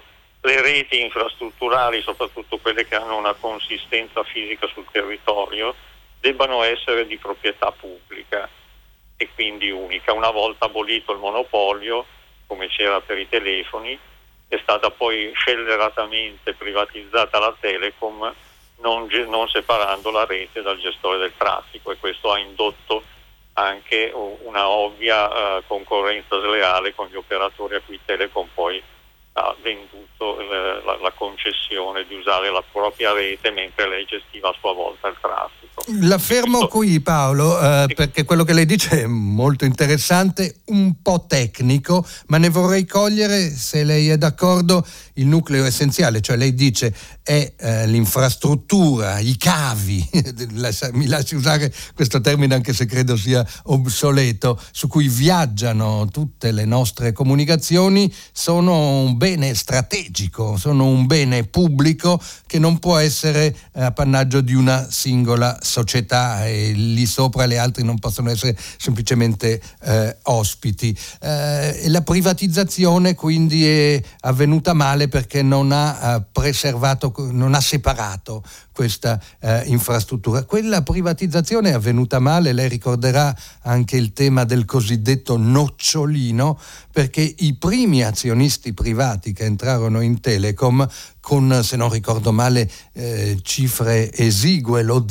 le reti infrastrutturali, soprattutto quelle che hanno una consistenza fisica sul territorio, debbano essere di proprietà pubblica e quindi unica. Una volta abolito il monopolio, come c'era per i telefoni, è stata poi scelleratamente privatizzata la Telecom, non separando la rete dal gestore del traffico, e questo ha indotto anche una ovvia concorrenza sleale con gli operatori a cui Telecom poi ha venduto la concessione di usare la propria rete, mentre lei gestiva a sua volta il traffico. La fermo qui, Paolo, perché quello che lei dice è molto interessante, un po' tecnico, ma ne vorrei cogliere, se lei è d'accordo, il nucleo essenziale. Cioè lei dice è l'infrastruttura, i cavi, mi lasci usare questo termine anche se credo sia obsoleto, su cui viaggiano tutte le nostre comunicazioni, sono un bene strategico, sono un bene pubblico che non può essere appannaggio di una singola società, e lì sopra le altre non possono essere semplicemente ospiti. La privatizzazione quindi è avvenuta male perché non ha preservato, non ha separato questa infrastruttura. Quella privatizzazione è avvenuta male, lei ricorderà anche il tema del cosiddetto nocciolino, perché i primi azionisti privati che entrarono in Telecom con, se non ricordo male, cifre esigue, lo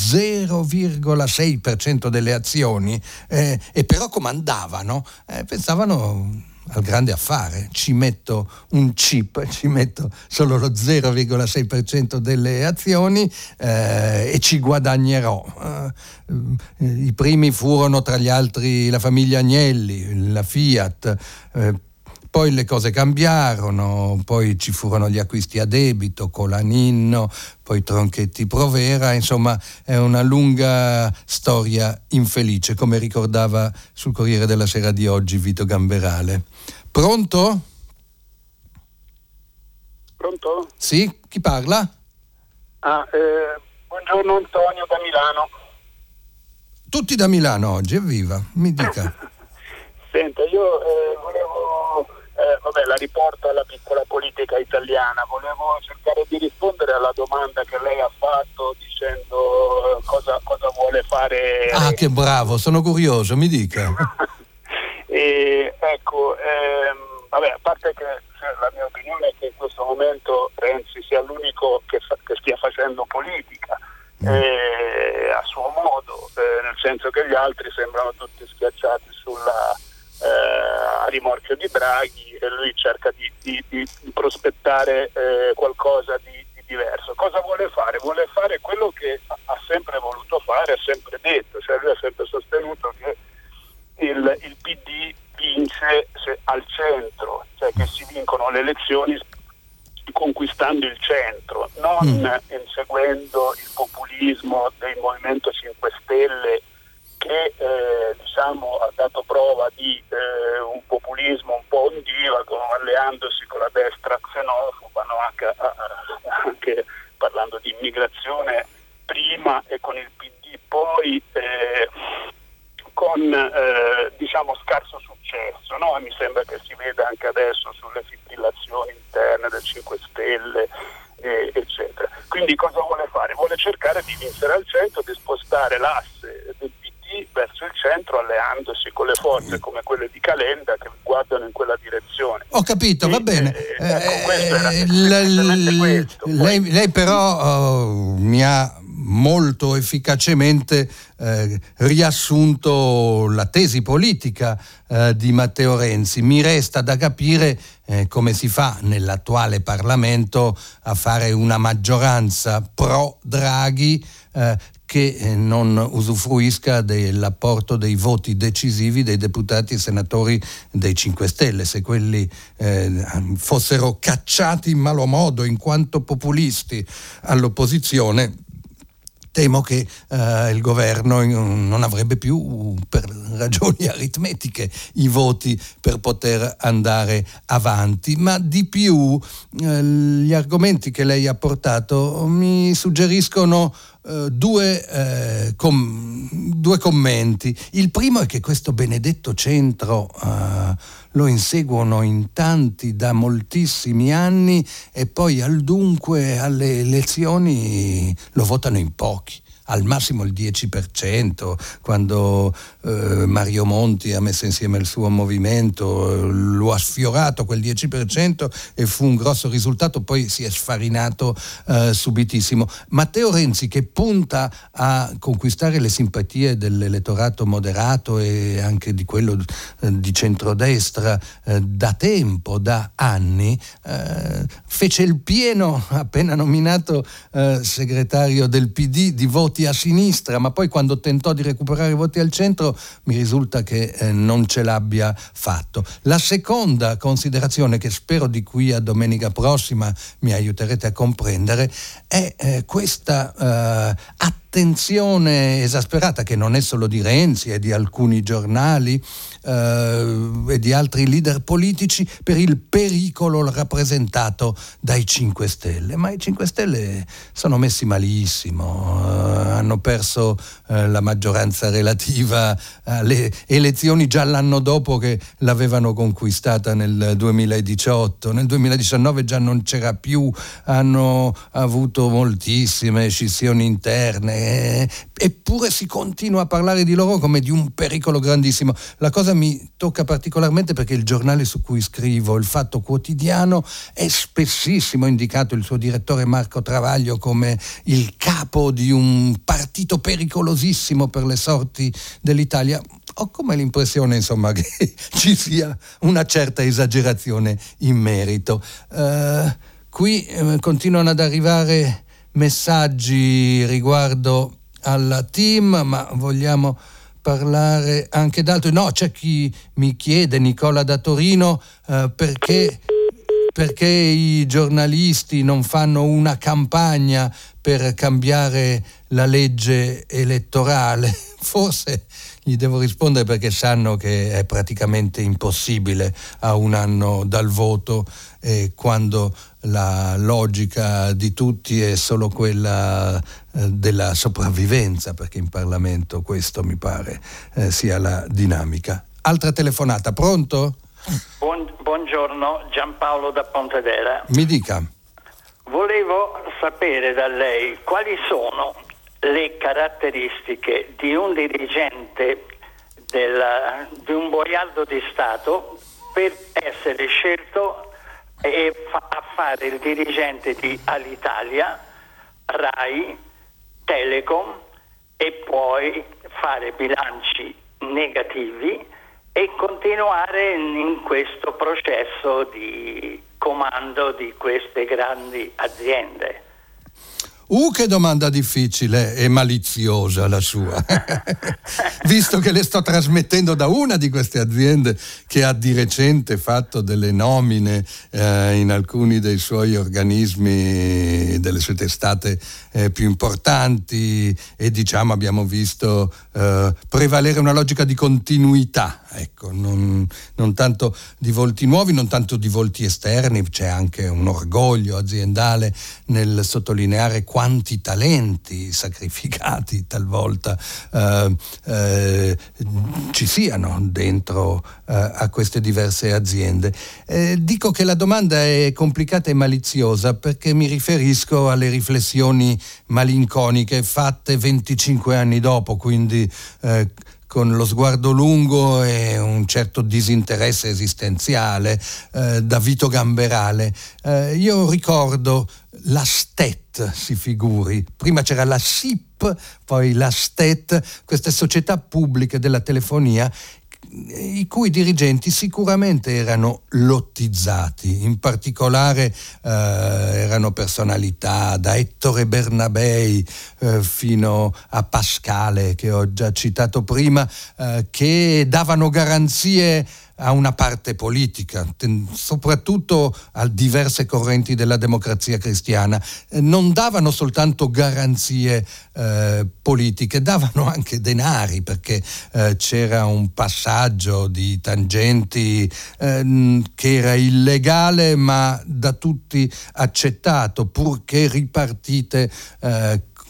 0,6% delle azioni, e però comandavano, pensavano al grande affare: ci metto un chip, ci metto solo lo 0,6% delle azioni e ci guadagnerò. I primi furono tra gli altri la famiglia Agnelli, la Fiat, poi le cose cambiarono, poi ci furono gli acquisti a debito, Colaninno, poi Tronchetti Provera, insomma è una lunga storia infelice, come ricordava sul Corriere della Sera di oggi Vito Gamberale. Pronto? Pronto? Sì, chi parla? Buongiorno, Antonio da Milano. Tutti da Milano oggi, evviva, mi dica. Senta, io volevo, la riporto alla piccola politica italiana, volevo cercare di rispondere alla domanda che lei ha fatto dicendo cosa vuole fare. Ah, che bravo, sono curioso, mi dica. A parte che la mia opinione è che in questo momento Renzi sia l'unico che stia facendo politica, a suo modo, nel senso che gli altri sembrano tutti schiacciati a rimorchio di Draghi, e lui cerca di prospettare qualcosa di diverso. Cosa vuole fare? Vuole fare quello che ha sempre voluto fare, ha sempre detto, cioè lui ha sempre sostenuto che il PD vince al centro, cioè che si vincono le elezioni conquistando il centro, non inseguendo il populismo del Movimento 5 Stelle che ha dato prova di un populismo un po' ondivago, alleandosi con la destra xenofoba, anche parlando di immigrazione prima e con il PD poi, con scarso successo, no? E mi sembra che si veda anche adesso sulle fibrillazioni interne del 5 Stelle, eccetera. Quindi cosa vuole fare? Vuole cercare di vincere al centro, di spostare l'asse del PD verso il centro, alleandosi con le forze come quelle di Calenda che guardano in quella direzione. Ho capito, va bene. Questo era questo. Lei però mi ha molto efficacemente riassunto la tesi politica di Matteo Renzi. Mi resta da capire come si fa nell'attuale Parlamento a fare una maggioranza pro Draghi che non usufruisca dell'apporto dei voti decisivi dei deputati e senatori dei 5 Stelle. Se quelli fossero cacciati in malo modo in quanto populisti all'opposizione, temo che il governo non avrebbe più, per ragioni aritmetiche, i voti per poter andare avanti. Ma di più, gli argomenti che lei ha portato mi suggeriscono due commenti. Il primo è che questo benedetto centro lo inseguono in tanti da moltissimi anni e poi al dunque alle elezioni lo votano in pochi. Al massimo il 10%, quando Mario Monti ha messo insieme il suo movimento, lo ha sfiorato quel 10% e fu un grosso risultato, poi si è sfarinato subitissimo. Matteo Renzi, che punta a conquistare le simpatie dell'elettorato moderato e anche di quello di centrodestra da tempo, da anni, fece il pieno, appena nominato segretario del PD, di voti a sinistra, ma poi quando tentò di recuperare voti al centro mi risulta che non ce l'abbia fatto. La seconda considerazione, che spero di qui a domenica prossima mi aiuterete a comprendere, è questa attenzione esasperata, che non è solo di Renzi, è di alcuni giornali e di altri leader politici, per il pericolo rappresentato dai 5 Stelle. Ma i 5 Stelle sono messi malissimo, hanno perso la maggioranza relativa alle elezioni già l'anno dopo che l'avevano conquistata nel 2018. Nel 2019 già non c'era più, hanno avuto moltissime scissioni interne, eppure si continua a parlare di loro come di un pericolo grandissimo. La cosa mi tocca particolarmente perché il giornale su cui scrivo, Il Fatto Quotidiano, è spessissimo indicato il suo direttore Marco Travaglio come il capo di un partito pericolosissimo per le sorti dell'Italia. Ho come l'impressione, insomma, che ci sia una certa esagerazione in merito. Qui continuano ad arrivare messaggi riguardo alla team, ma vogliamo parlare anche d'altro. No, c'è chi mi chiede, Nicola da Torino, perché i giornalisti non fanno una campagna per cambiare la legge elettorale. Forse gli devo rispondere perché sanno che è praticamente impossibile a un anno dal voto, e quando la logica di tutti è solo quella della sopravvivenza, perché in Parlamento questo mi pare sia la dinamica. Altra telefonata, pronto? Buongiorno, Giampaolo da Pontedera. Mi dica. Volevo sapere da lei quali sono le caratteristiche di un dirigente di un boiardo di Stato per essere scelto a fare il dirigente di Alitalia, Rai, Telecom, e poi fare bilanci negativi e continuare in questo processo di comando di queste grandi aziende. Che domanda difficile e maliziosa la sua. Visto che le sto trasmettendo da una di queste aziende che ha di recente fatto delle nomine in alcuni dei suoi organismi, delle sue testate più importanti, e diciamo abbiamo visto prevalere una logica di continuità, ecco, non tanto di volti nuovi, non tanto di volti esterni. C'è anche un orgoglio aziendale nel sottolineare quanti talenti sacrificati talvolta ci siano dentro a queste diverse aziende. Dico che la domanda è complicata e maliziosa perché mi riferisco alle riflessioni malinconiche fatte 25 anni dopo, quindi con lo sguardo lungo e un certo disinteresse esistenziale, da Vito Gamberale. Io ricordo la STET, si figuri, prima c'era la SIP, poi la STET, queste società pubbliche della telefonia, i cui dirigenti sicuramente erano lottizzati, in particolare erano personalità da Ettore Bernabei fino a Pascale, che ho già citato prima, che davano garanzie a una parte politica, soprattutto a diverse correnti della democrazia cristiana. Non davano soltanto garanzie politiche, davano anche denari, perché c'era un passaggio di tangenti che era illegale ma da tutti accettato, purché ripartite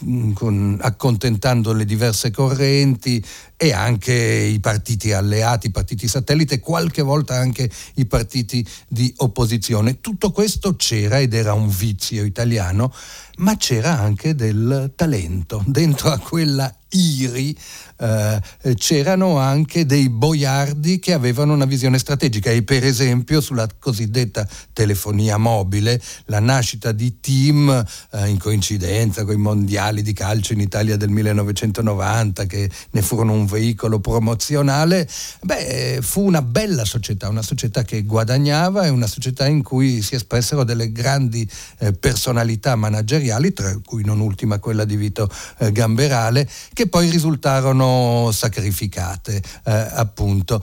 accontentando le diverse correnti e anche i partiti alleati, i partiti satellite, qualche volta anche i partiti di opposizione. Tutto questo c'era ed era un vizio italiano, ma c'era anche del talento. Dentro a quella IRI c'erano anche dei boiardi che avevano una visione strategica, e per esempio sulla cosiddetta telefonia mobile, la nascita di TIM, in coincidenza con i mondiali di calcio in Italia del 1990, che ne furono un veicolo promozionale, fu una bella società, una società che guadagnava e una società in cui si espressero delle grandi personalità manageriali, tra cui non ultima quella di Vito Gamberale, che poi risultarono sacrificate, appunto.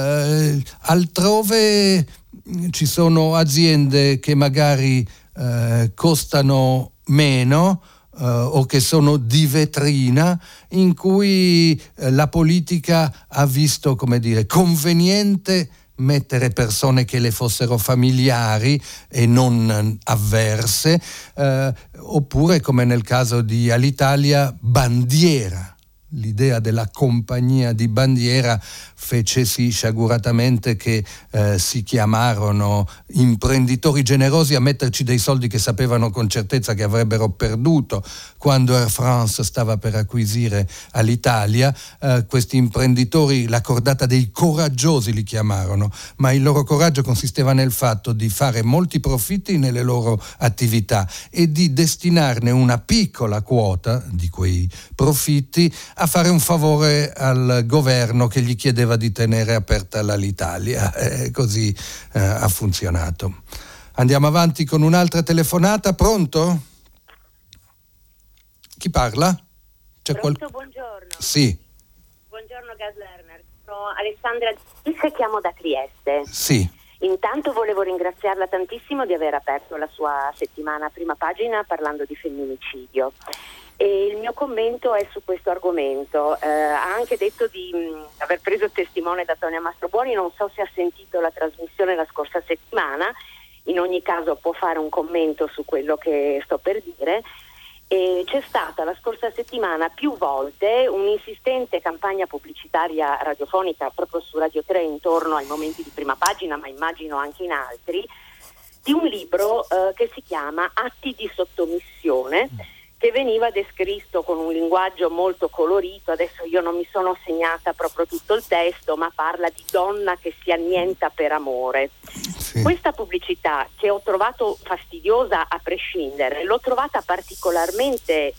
Altrove ci sono aziende che magari costano meno o che sono di vetrina, in cui la politica ha visto, come dire, conveniente mettere persone che le fossero familiari e non avverse, oppure, come nel caso di Alitalia, bandiera. L'idea della compagnia di bandiera fece sì sciaguratamente che si chiamarono imprenditori generosi a metterci dei soldi che sapevano con certezza che avrebbero perduto quando Air France stava per acquisire Alitalia. Questi imprenditori, la cordata dei coraggiosi li chiamarono, ma il loro coraggio consisteva nel fatto di fare molti profitti nelle loro attività e di destinarne una piccola quota di quei profitti a fare un favore al governo che gli chiedeva di tenere aperta l'Alitalia. Così ha funzionato. Andiamo avanti con un'altra telefonata. Pronto? Chi parla? Pronto, buongiorno. Sì. Buongiorno Gad Lerner, sono Alessandra Disse, chiamo da Trieste. Sì. Intanto volevo ringraziarla tantissimo di aver aperto la sua settimana a Prima Pagina parlando di femminicidio. E il mio commento è su questo argomento. Ha anche detto di aver preso testimone da Tonia Mastrobuoni, non so se ha sentito la trasmissione la scorsa settimana, in ogni caso può fare un commento su quello che sto per dire. E c'è stata la scorsa settimana più volte un'insistente campagna pubblicitaria radiofonica proprio su Radio 3 intorno ai momenti di Prima Pagina, ma immagino anche in altri, di un libro che si chiama Atti di sottomissione, che veniva descritto con un linguaggio molto colorito. Adesso io non mi sono segnata proprio tutto il testo, ma parla di donna che si annienta per amore. Sì. Questa pubblicità, che ho trovato fastidiosa a prescindere, l'ho trovata particolarmente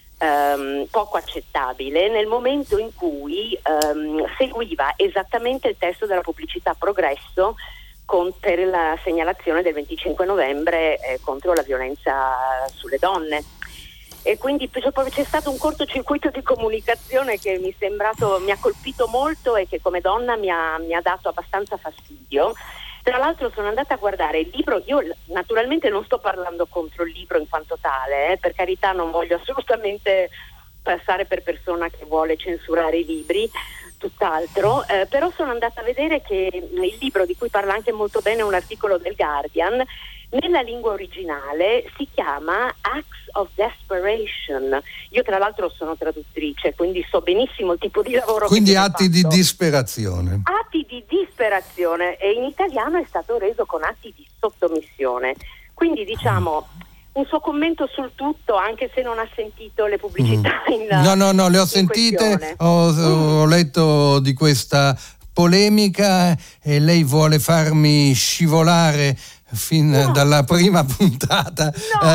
poco accettabile nel momento in cui seguiva esattamente il testo della pubblicità Progresso per la segnalazione del 25 novembre contro la violenza sulle donne. E quindi c'è stato un cortocircuito di comunicazione che mi ha colpito molto e che come donna mi ha dato abbastanza fastidio. Tra l'altro sono andata a guardare il libro, io naturalmente non sto parlando contro il libro in quanto tale, per carità, non voglio assolutamente passare per persona che vuole censurare i libri, tutt'altro, però sono andata a vedere che il libro, di cui parla anche molto bene un articolo del Guardian, nella lingua originale si chiama Acts of Desperation. Io tra l'altro sono traduttrice, quindi so benissimo il tipo di lavoro quindi che atti di disperazione. Atti di disperazione, e in italiano è stato reso con atti di sottomissione. Quindi diciamo un suo commento sul tutto, anche se non ha sentito le pubblicità No, le ho sentite, ho letto di questa polemica e lei vuole farmi scivolare fin dalla prima puntata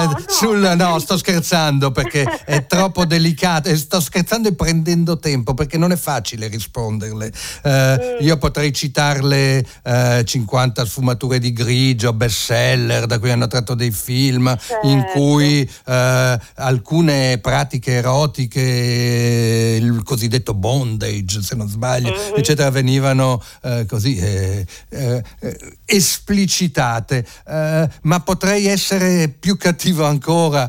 no, sto scherzando, perché è troppo delicato, e sto scherzando e prendendo tempo perché non è facile risponderle. Io potrei citarle 50 sfumature di grigio, bestseller da cui hanno tratto dei film, in cui alcune pratiche erotiche, il cosiddetto bondage se non sbaglio, eccetera, venivano così esplicitate. Ma potrei essere più cattivo ancora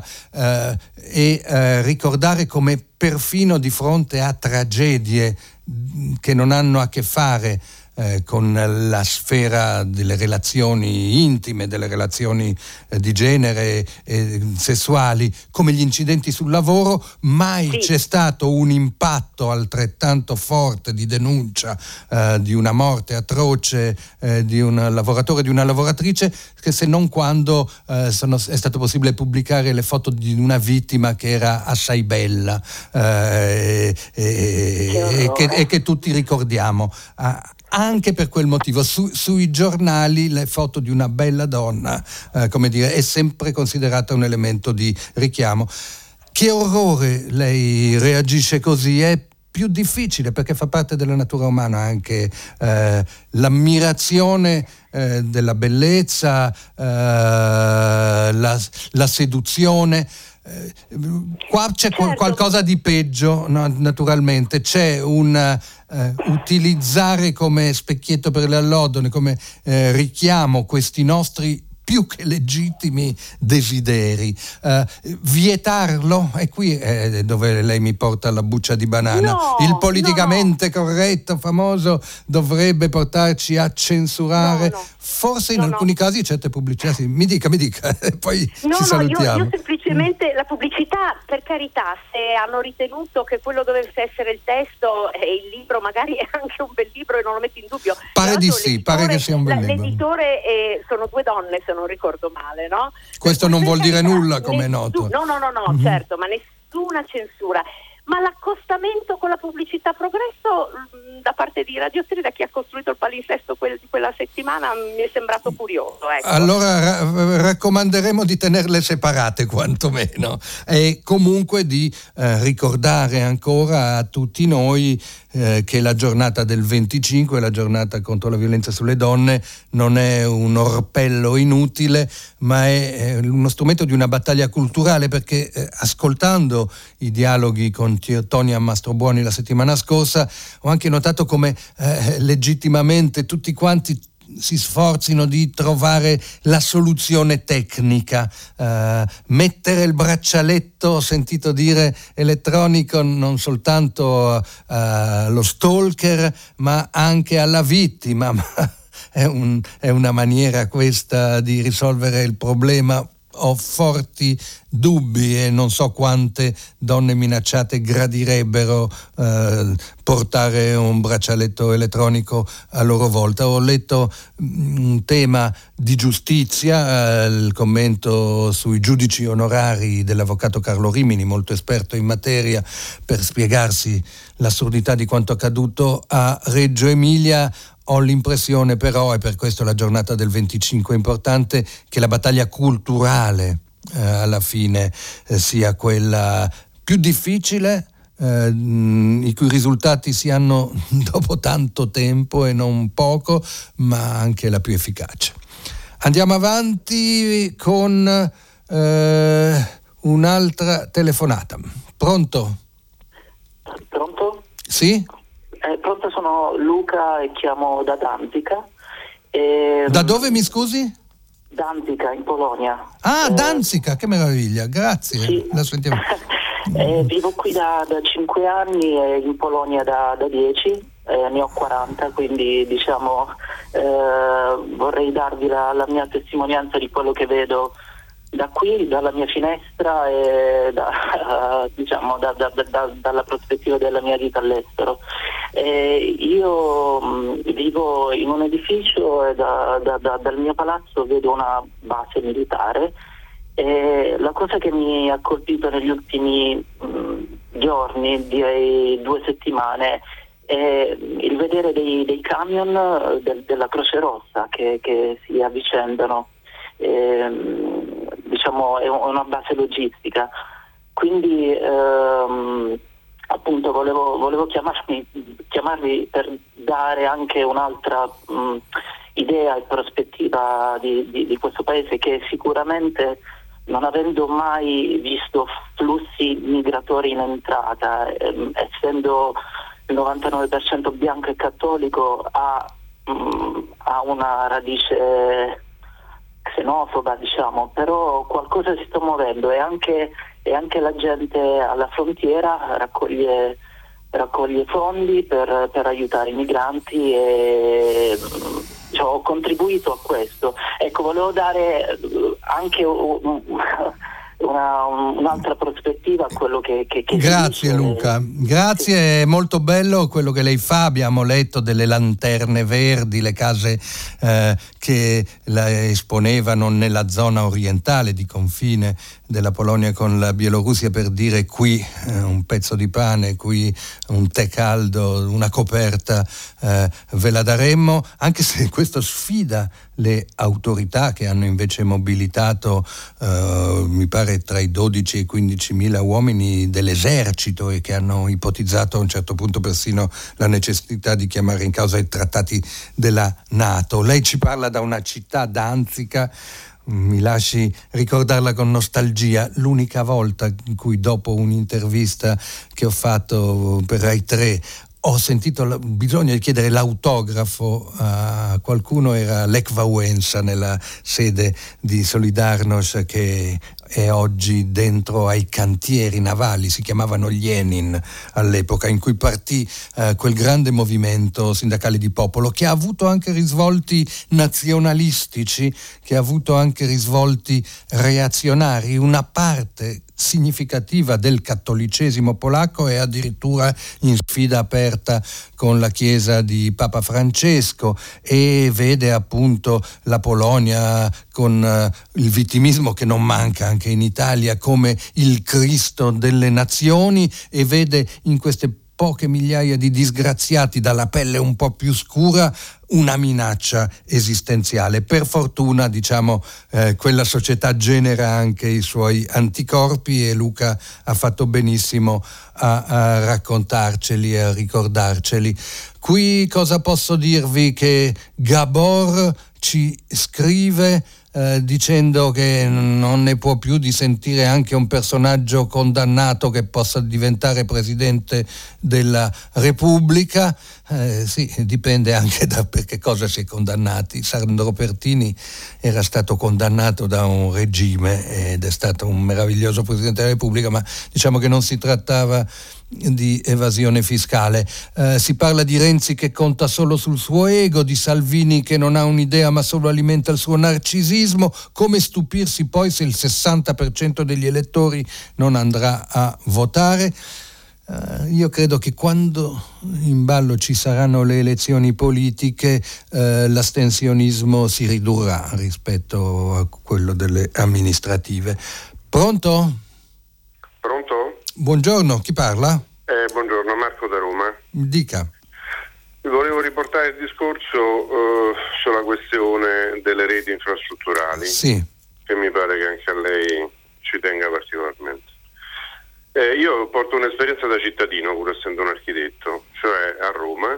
e ricordare come perfino di fronte a tragedie che non hanno a che fare con la sfera delle relazioni intime, delle relazioni di genere e sessuali, come gli incidenti sul lavoro, mai c'è stato un impatto altrettanto forte di denuncia di una morte atroce di un lavoratore, di una lavoratrice, che se non quando è stato possibile pubblicare le foto di una vittima che era assai bella e che tutti ricordiamo. Anche per quel motivo sui giornali le foto di una bella donna è sempre considerata un elemento di richiamo. Che orrore lei reagisce così? È più difficile perché fa parte della natura umana anche l'ammirazione della bellezza, la seduzione. Qua c'è qualcosa di peggio, no? Naturalmente c'è un utilizzare come specchietto per le allodole, come richiamo questi nostri più che legittimi desideri. Vietarlo, e qui è dove lei mi porta alla buccia di banana. Il politicamente corretto famoso dovrebbe portarci a censurare forse in alcuni casi certe pubblicità. Sì. Mi dica e poi ci salutiamo. Io semplicemente la pubblicità, per carità, se hanno ritenuto che quello dovesse essere il testo e il libro magari è anche un bel libro e non lo metto in dubbio. Pare di sì, pare che sia un bel libro. L'editore sono due donne, se non ricordo male, no? Questo non vuol dire nulla, come è noto. No, certo, ma nessuna censura. Ma l'accostamento con la pubblicità progresso da parte di Radio 3, da chi ha costruito il palinsesto di quella settimana, mi è sembrato curioso. Ecco. Allora raccomanderemo di tenerle separate quantomeno e comunque di ricordare ancora a tutti noi che la giornata del 25, la giornata contro la violenza sulle donne, non è un orpello inutile, ma è uno strumento di una battaglia culturale, perché ascoltando i dialoghi con Tonia Mastrobuoni la settimana scorsa ho anche notato come legittimamente tutti quanti si sforzino di trovare la soluzione tecnica, mettere il braccialetto, ho sentito dire, elettronico non soltanto allo stalker ma anche alla vittima. È una maniera questa di risolvere il problema? Ho forti dubbi e non so quante donne minacciate gradirebbero portare un braccialetto elettronico a loro volta. Ho letto un tema di giustizia, il commento sui giudici onorari dell'avvocato Carlo Rimini, molto esperto in materia, per spiegarsi l'assurdità di quanto accaduto a Reggio Emilia. Ho l'impressione però, e per questo la giornata del 25 è importante, che la battaglia culturale alla fine sia quella più difficile, i cui risultati si hanno dopo tanto tempo e non poco, ma anche la più efficace. Andiamo avanti con un'altra telefonata. Pronto? Pronto? Sì? Pronto, sono Luca e chiamo da Danzica. Da dove, mi scusi? Danzica, in Polonia. Danzica, che meraviglia, grazie. Sì. La sentiamo. Vivo qui da 5 anni e in Polonia da 10, ne ho 40, quindi diciamo vorrei darvi la mia testimonianza di quello che vedo da qui, dalla mia finestra e dalla prospettiva della mia vita all'estero. Io vivo in un edificio e dal mio palazzo vedo una base militare. La cosa che mi ha colpito negli ultimi giorni, direi 2 settimane, è il vedere dei camion della Croce Rossa che si avvicendano. Diciamo è una base logistica, quindi appunto volevo chiamarvi per dare anche un'altra idea e prospettiva di questo paese, che sicuramente, non avendo mai visto flussi migratori in entrata, essendo il 99% bianco e cattolico, ha una radice xenofoba, diciamo, però qualcosa si sta muovendo e anche la gente alla frontiera raccoglie raccoglie fondi per aiutare i migranti e ho contribuito a questo. Ecco, volevo dare anche un'altra prospettiva a quello che grazie dice. Luca, grazie, sì. È molto bello quello che lei fa. Abbiamo letto delle lanterne verdi, le case che la esponevano nella zona orientale di confine della Polonia con la Bielorussia, per dire qui un pezzo di pane, qui un tè caldo, una coperta, ve la daremmo, anche se questo sfida le autorità che hanno invece mobilitato mi pare tra i 12 e i 15.000 uomini dell'esercito e che hanno ipotizzato a un certo punto persino la necessità di chiamare in causa i trattati della NATO. Lei ci parla da una città, Danzica, mi lasci ricordarla con nostalgia, l'unica volta in cui dopo un'intervista che ho fatto per Rai 3 ho sentito bisogno di chiedere l'autografo a qualcuno, era Lech Wałęsa nella sede di Solidarność, che è oggi dentro ai cantieri navali, si chiamavano Lenin all'epoca, in cui partì quel grande movimento sindacale di popolo che ha avuto anche risvolti nazionalistici, che ha avuto anche risvolti reazionari. Una parte significativa del cattolicesimo polacco è addirittura in sfida aperta con la Chiesa di Papa Francesco e vede appunto la Polonia con il vittimismo che non manca anche in Italia come il Cristo delle nazioni, e vede in queste poche migliaia di disgraziati dalla pelle un po' più scura una minaccia esistenziale. Per fortuna, diciamo, quella società genera anche i suoi anticorpi e Luca ha fatto benissimo a raccontarceli e a ricordarceli. Qui cosa posso dirvi? Che Gabor ci scrive dicendo che non ne può più di sentire anche un personaggio condannato che possa diventare presidente della Repubblica. Sì, dipende anche da per che cosa si è condannati. Sandro Pertini era stato condannato da un regime ed è stato un meraviglioso presidente della Repubblica, ma diciamo che non si trattava di evasione fiscale. Si parla di Renzi che conta solo sul suo ego, di Salvini che non ha un'idea ma solo alimenta il suo narcisismo. Come stupirsi poi se il 60% degli elettori non andrà a votare? Io credo che quando in ballo ci saranno le elezioni politiche l'astensionismo si ridurrà rispetto a quello delle amministrative. Pronto? Pronto? Buongiorno, chi parla? Buongiorno, Marco da Roma. Dica. Volevo riportare il discorso sulla questione delle reti infrastrutturali. Sì. Che mi pare che anche a lei ci tenga particolarmente. Io porto un'esperienza da cittadino, pur essendo un architetto, cioè a Roma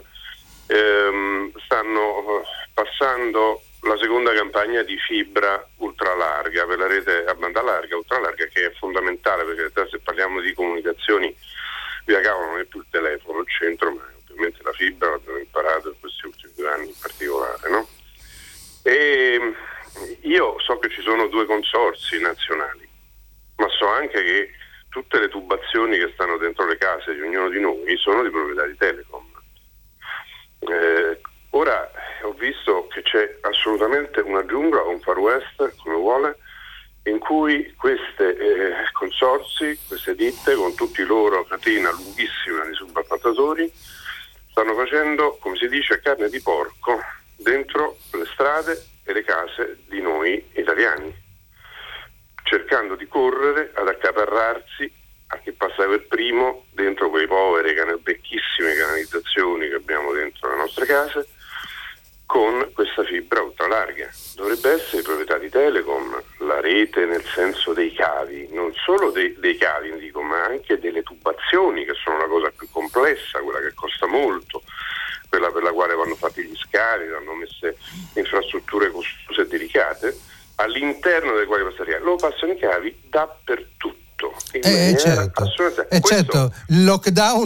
stanno passando la seconda campagna di fibra ultralarga per la rete a banda larga, ultralarga, che è fondamentale, perché se parliamo di comunicazioni via cavo non è più il telefono il centro, ma ovviamente la fibra l'abbiamo imparato in questi ultimi 2 anni in particolare, no? E io so che ci sono 2 consorzi nazionali, ma so anche che tutte le tubazioni che stanno dentro le case di ognuno di noi sono di proprietà di Telecom. Ora ho visto che c'è assolutamente una giungla o un far west, come vuole, in cui queste consorzi, queste ditte con tutti i loro catena lunghissima di subappaltatori stanno facendo, come si dice, carne di porco dentro le strade e le case di noi italiani, cercando di correre ad accaparrarsi a chi passa per primo dentro quei povere vecchissime canalizzazioni che abbiamo dentro le nostre case con questa fibra ultralarga. Dovrebbe essere proprietà di Telecom la rete, nel senso dei cavi, non solo dei cavi dico, ma anche delle tubazioni, che sono la cosa più complessa, quella che costa molto, quella per la quale vanno fatti gli scavi, vanno messe infrastrutture costose e delicate, all'interno delle quali passare. Lo passano i cavi dappertutto. Certo, il lockdown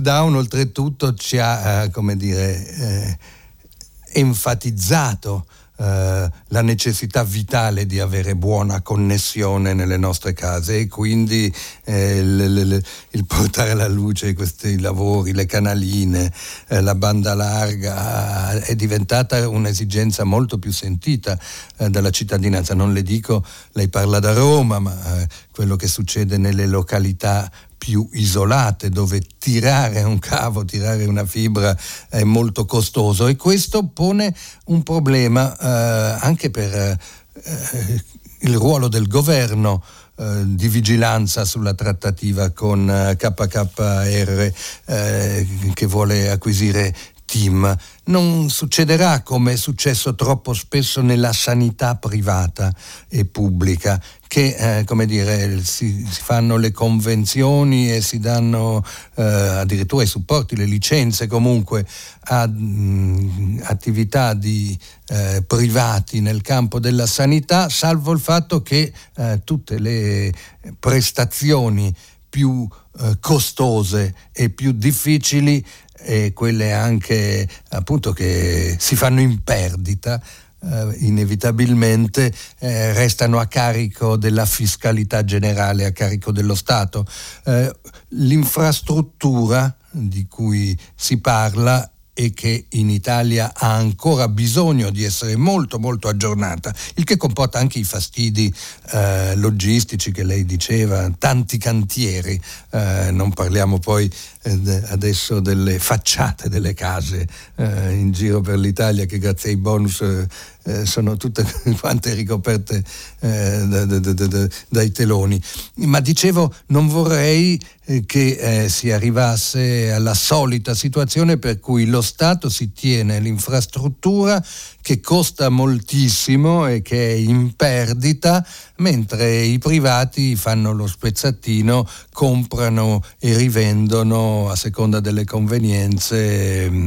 oltretutto ci ha, come dire, enfatizzato la necessità vitale di avere buona connessione nelle nostre case, e quindi il portare alla luce questi lavori, le canaline, la banda larga è diventata un'esigenza molto più sentita dalla cittadinanza. Non le dico, lei parla da Roma, ma quello che succede nelle località più isolate, dove tirare un cavo, tirare una fibra è molto costoso, e questo pone un problema anche per il ruolo del governo di vigilanza sulla trattativa con KKR che vuole acquisire TIM. Non succederà come è successo troppo spesso nella sanità privata e pubblica, che si fanno le convenzioni e si danno addirittura i supporti, le licenze comunque a attività di privati nel campo della sanità, salvo il fatto che tutte le prestazioni più costose e più difficili, e quelle anche appunto che si fanno in perdita, inevitabilmente restano a carico della fiscalità generale, a carico dello Stato. L'infrastruttura di cui si parla e che in Italia ha ancora bisogno di essere molto molto aggiornata, il che comporta anche i fastidi logistici che lei diceva, tanti cantieri, non parliamo poi adesso delle facciate delle case in giro per l'Italia, che grazie ai bonus sono tutte quante ricoperte dai teloni. Ma dicevo, non vorrei che si arrivasse alla solita situazione per cui lo Stato si tiene l'infrastruttura che costa moltissimo e che è in perdita, mentre i privati fanno lo spezzatino, comprano e rivendono a seconda delle convenienze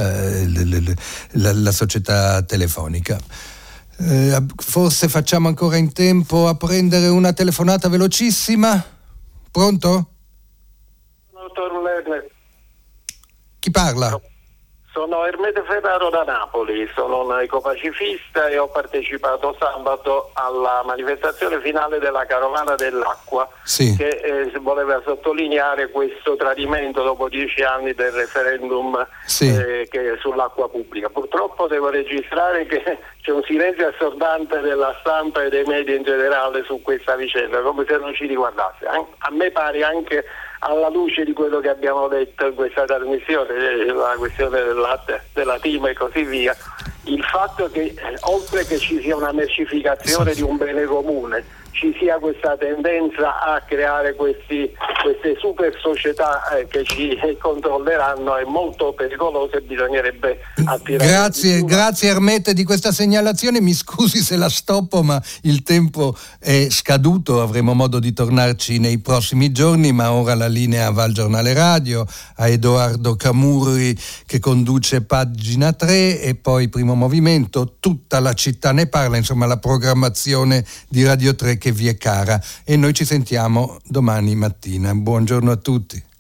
la società telefonica. Forse facciamo ancora in tempo a prendere una telefonata velocissima. Pronto? Dottor Lerner. Chi parla? Sono Ermete Ferraro da Napoli, sono un ecopacifista e ho partecipato sabato alla manifestazione finale della Carovana dell'Acqua, sì, che voleva sottolineare questo tradimento dopo 10 anni del referendum, sì, che sull'acqua pubblica. Purtroppo devo registrare che c'è un silenzio assordante della stampa e dei media in generale su questa vicenda, come se non ci riguardasse. A me pare, anche alla luce di quello che abbiamo detto in questa trasmissione, la questione del latte, della TIM e così via, il fatto che oltre che ci sia una mercificazione di un bene comune, ci sia questa tendenza a creare queste super società che ci controlleranno è molto pericoloso, e bisognerebbe attirare. Grazie Ermete di questa segnalazione. Mi scusi se la stoppo, ma il tempo è scaduto, avremo modo di tornarci nei prossimi giorni, ma ora la linea va al giornale radio, a Edoardo Camurri che conduce Pagina 3 e poi Primo Movimento, tutta la città ne parla, insomma la programmazione di Radio 3 che vi è cara, e noi ci sentiamo domani mattina. Buongiorno a tutti.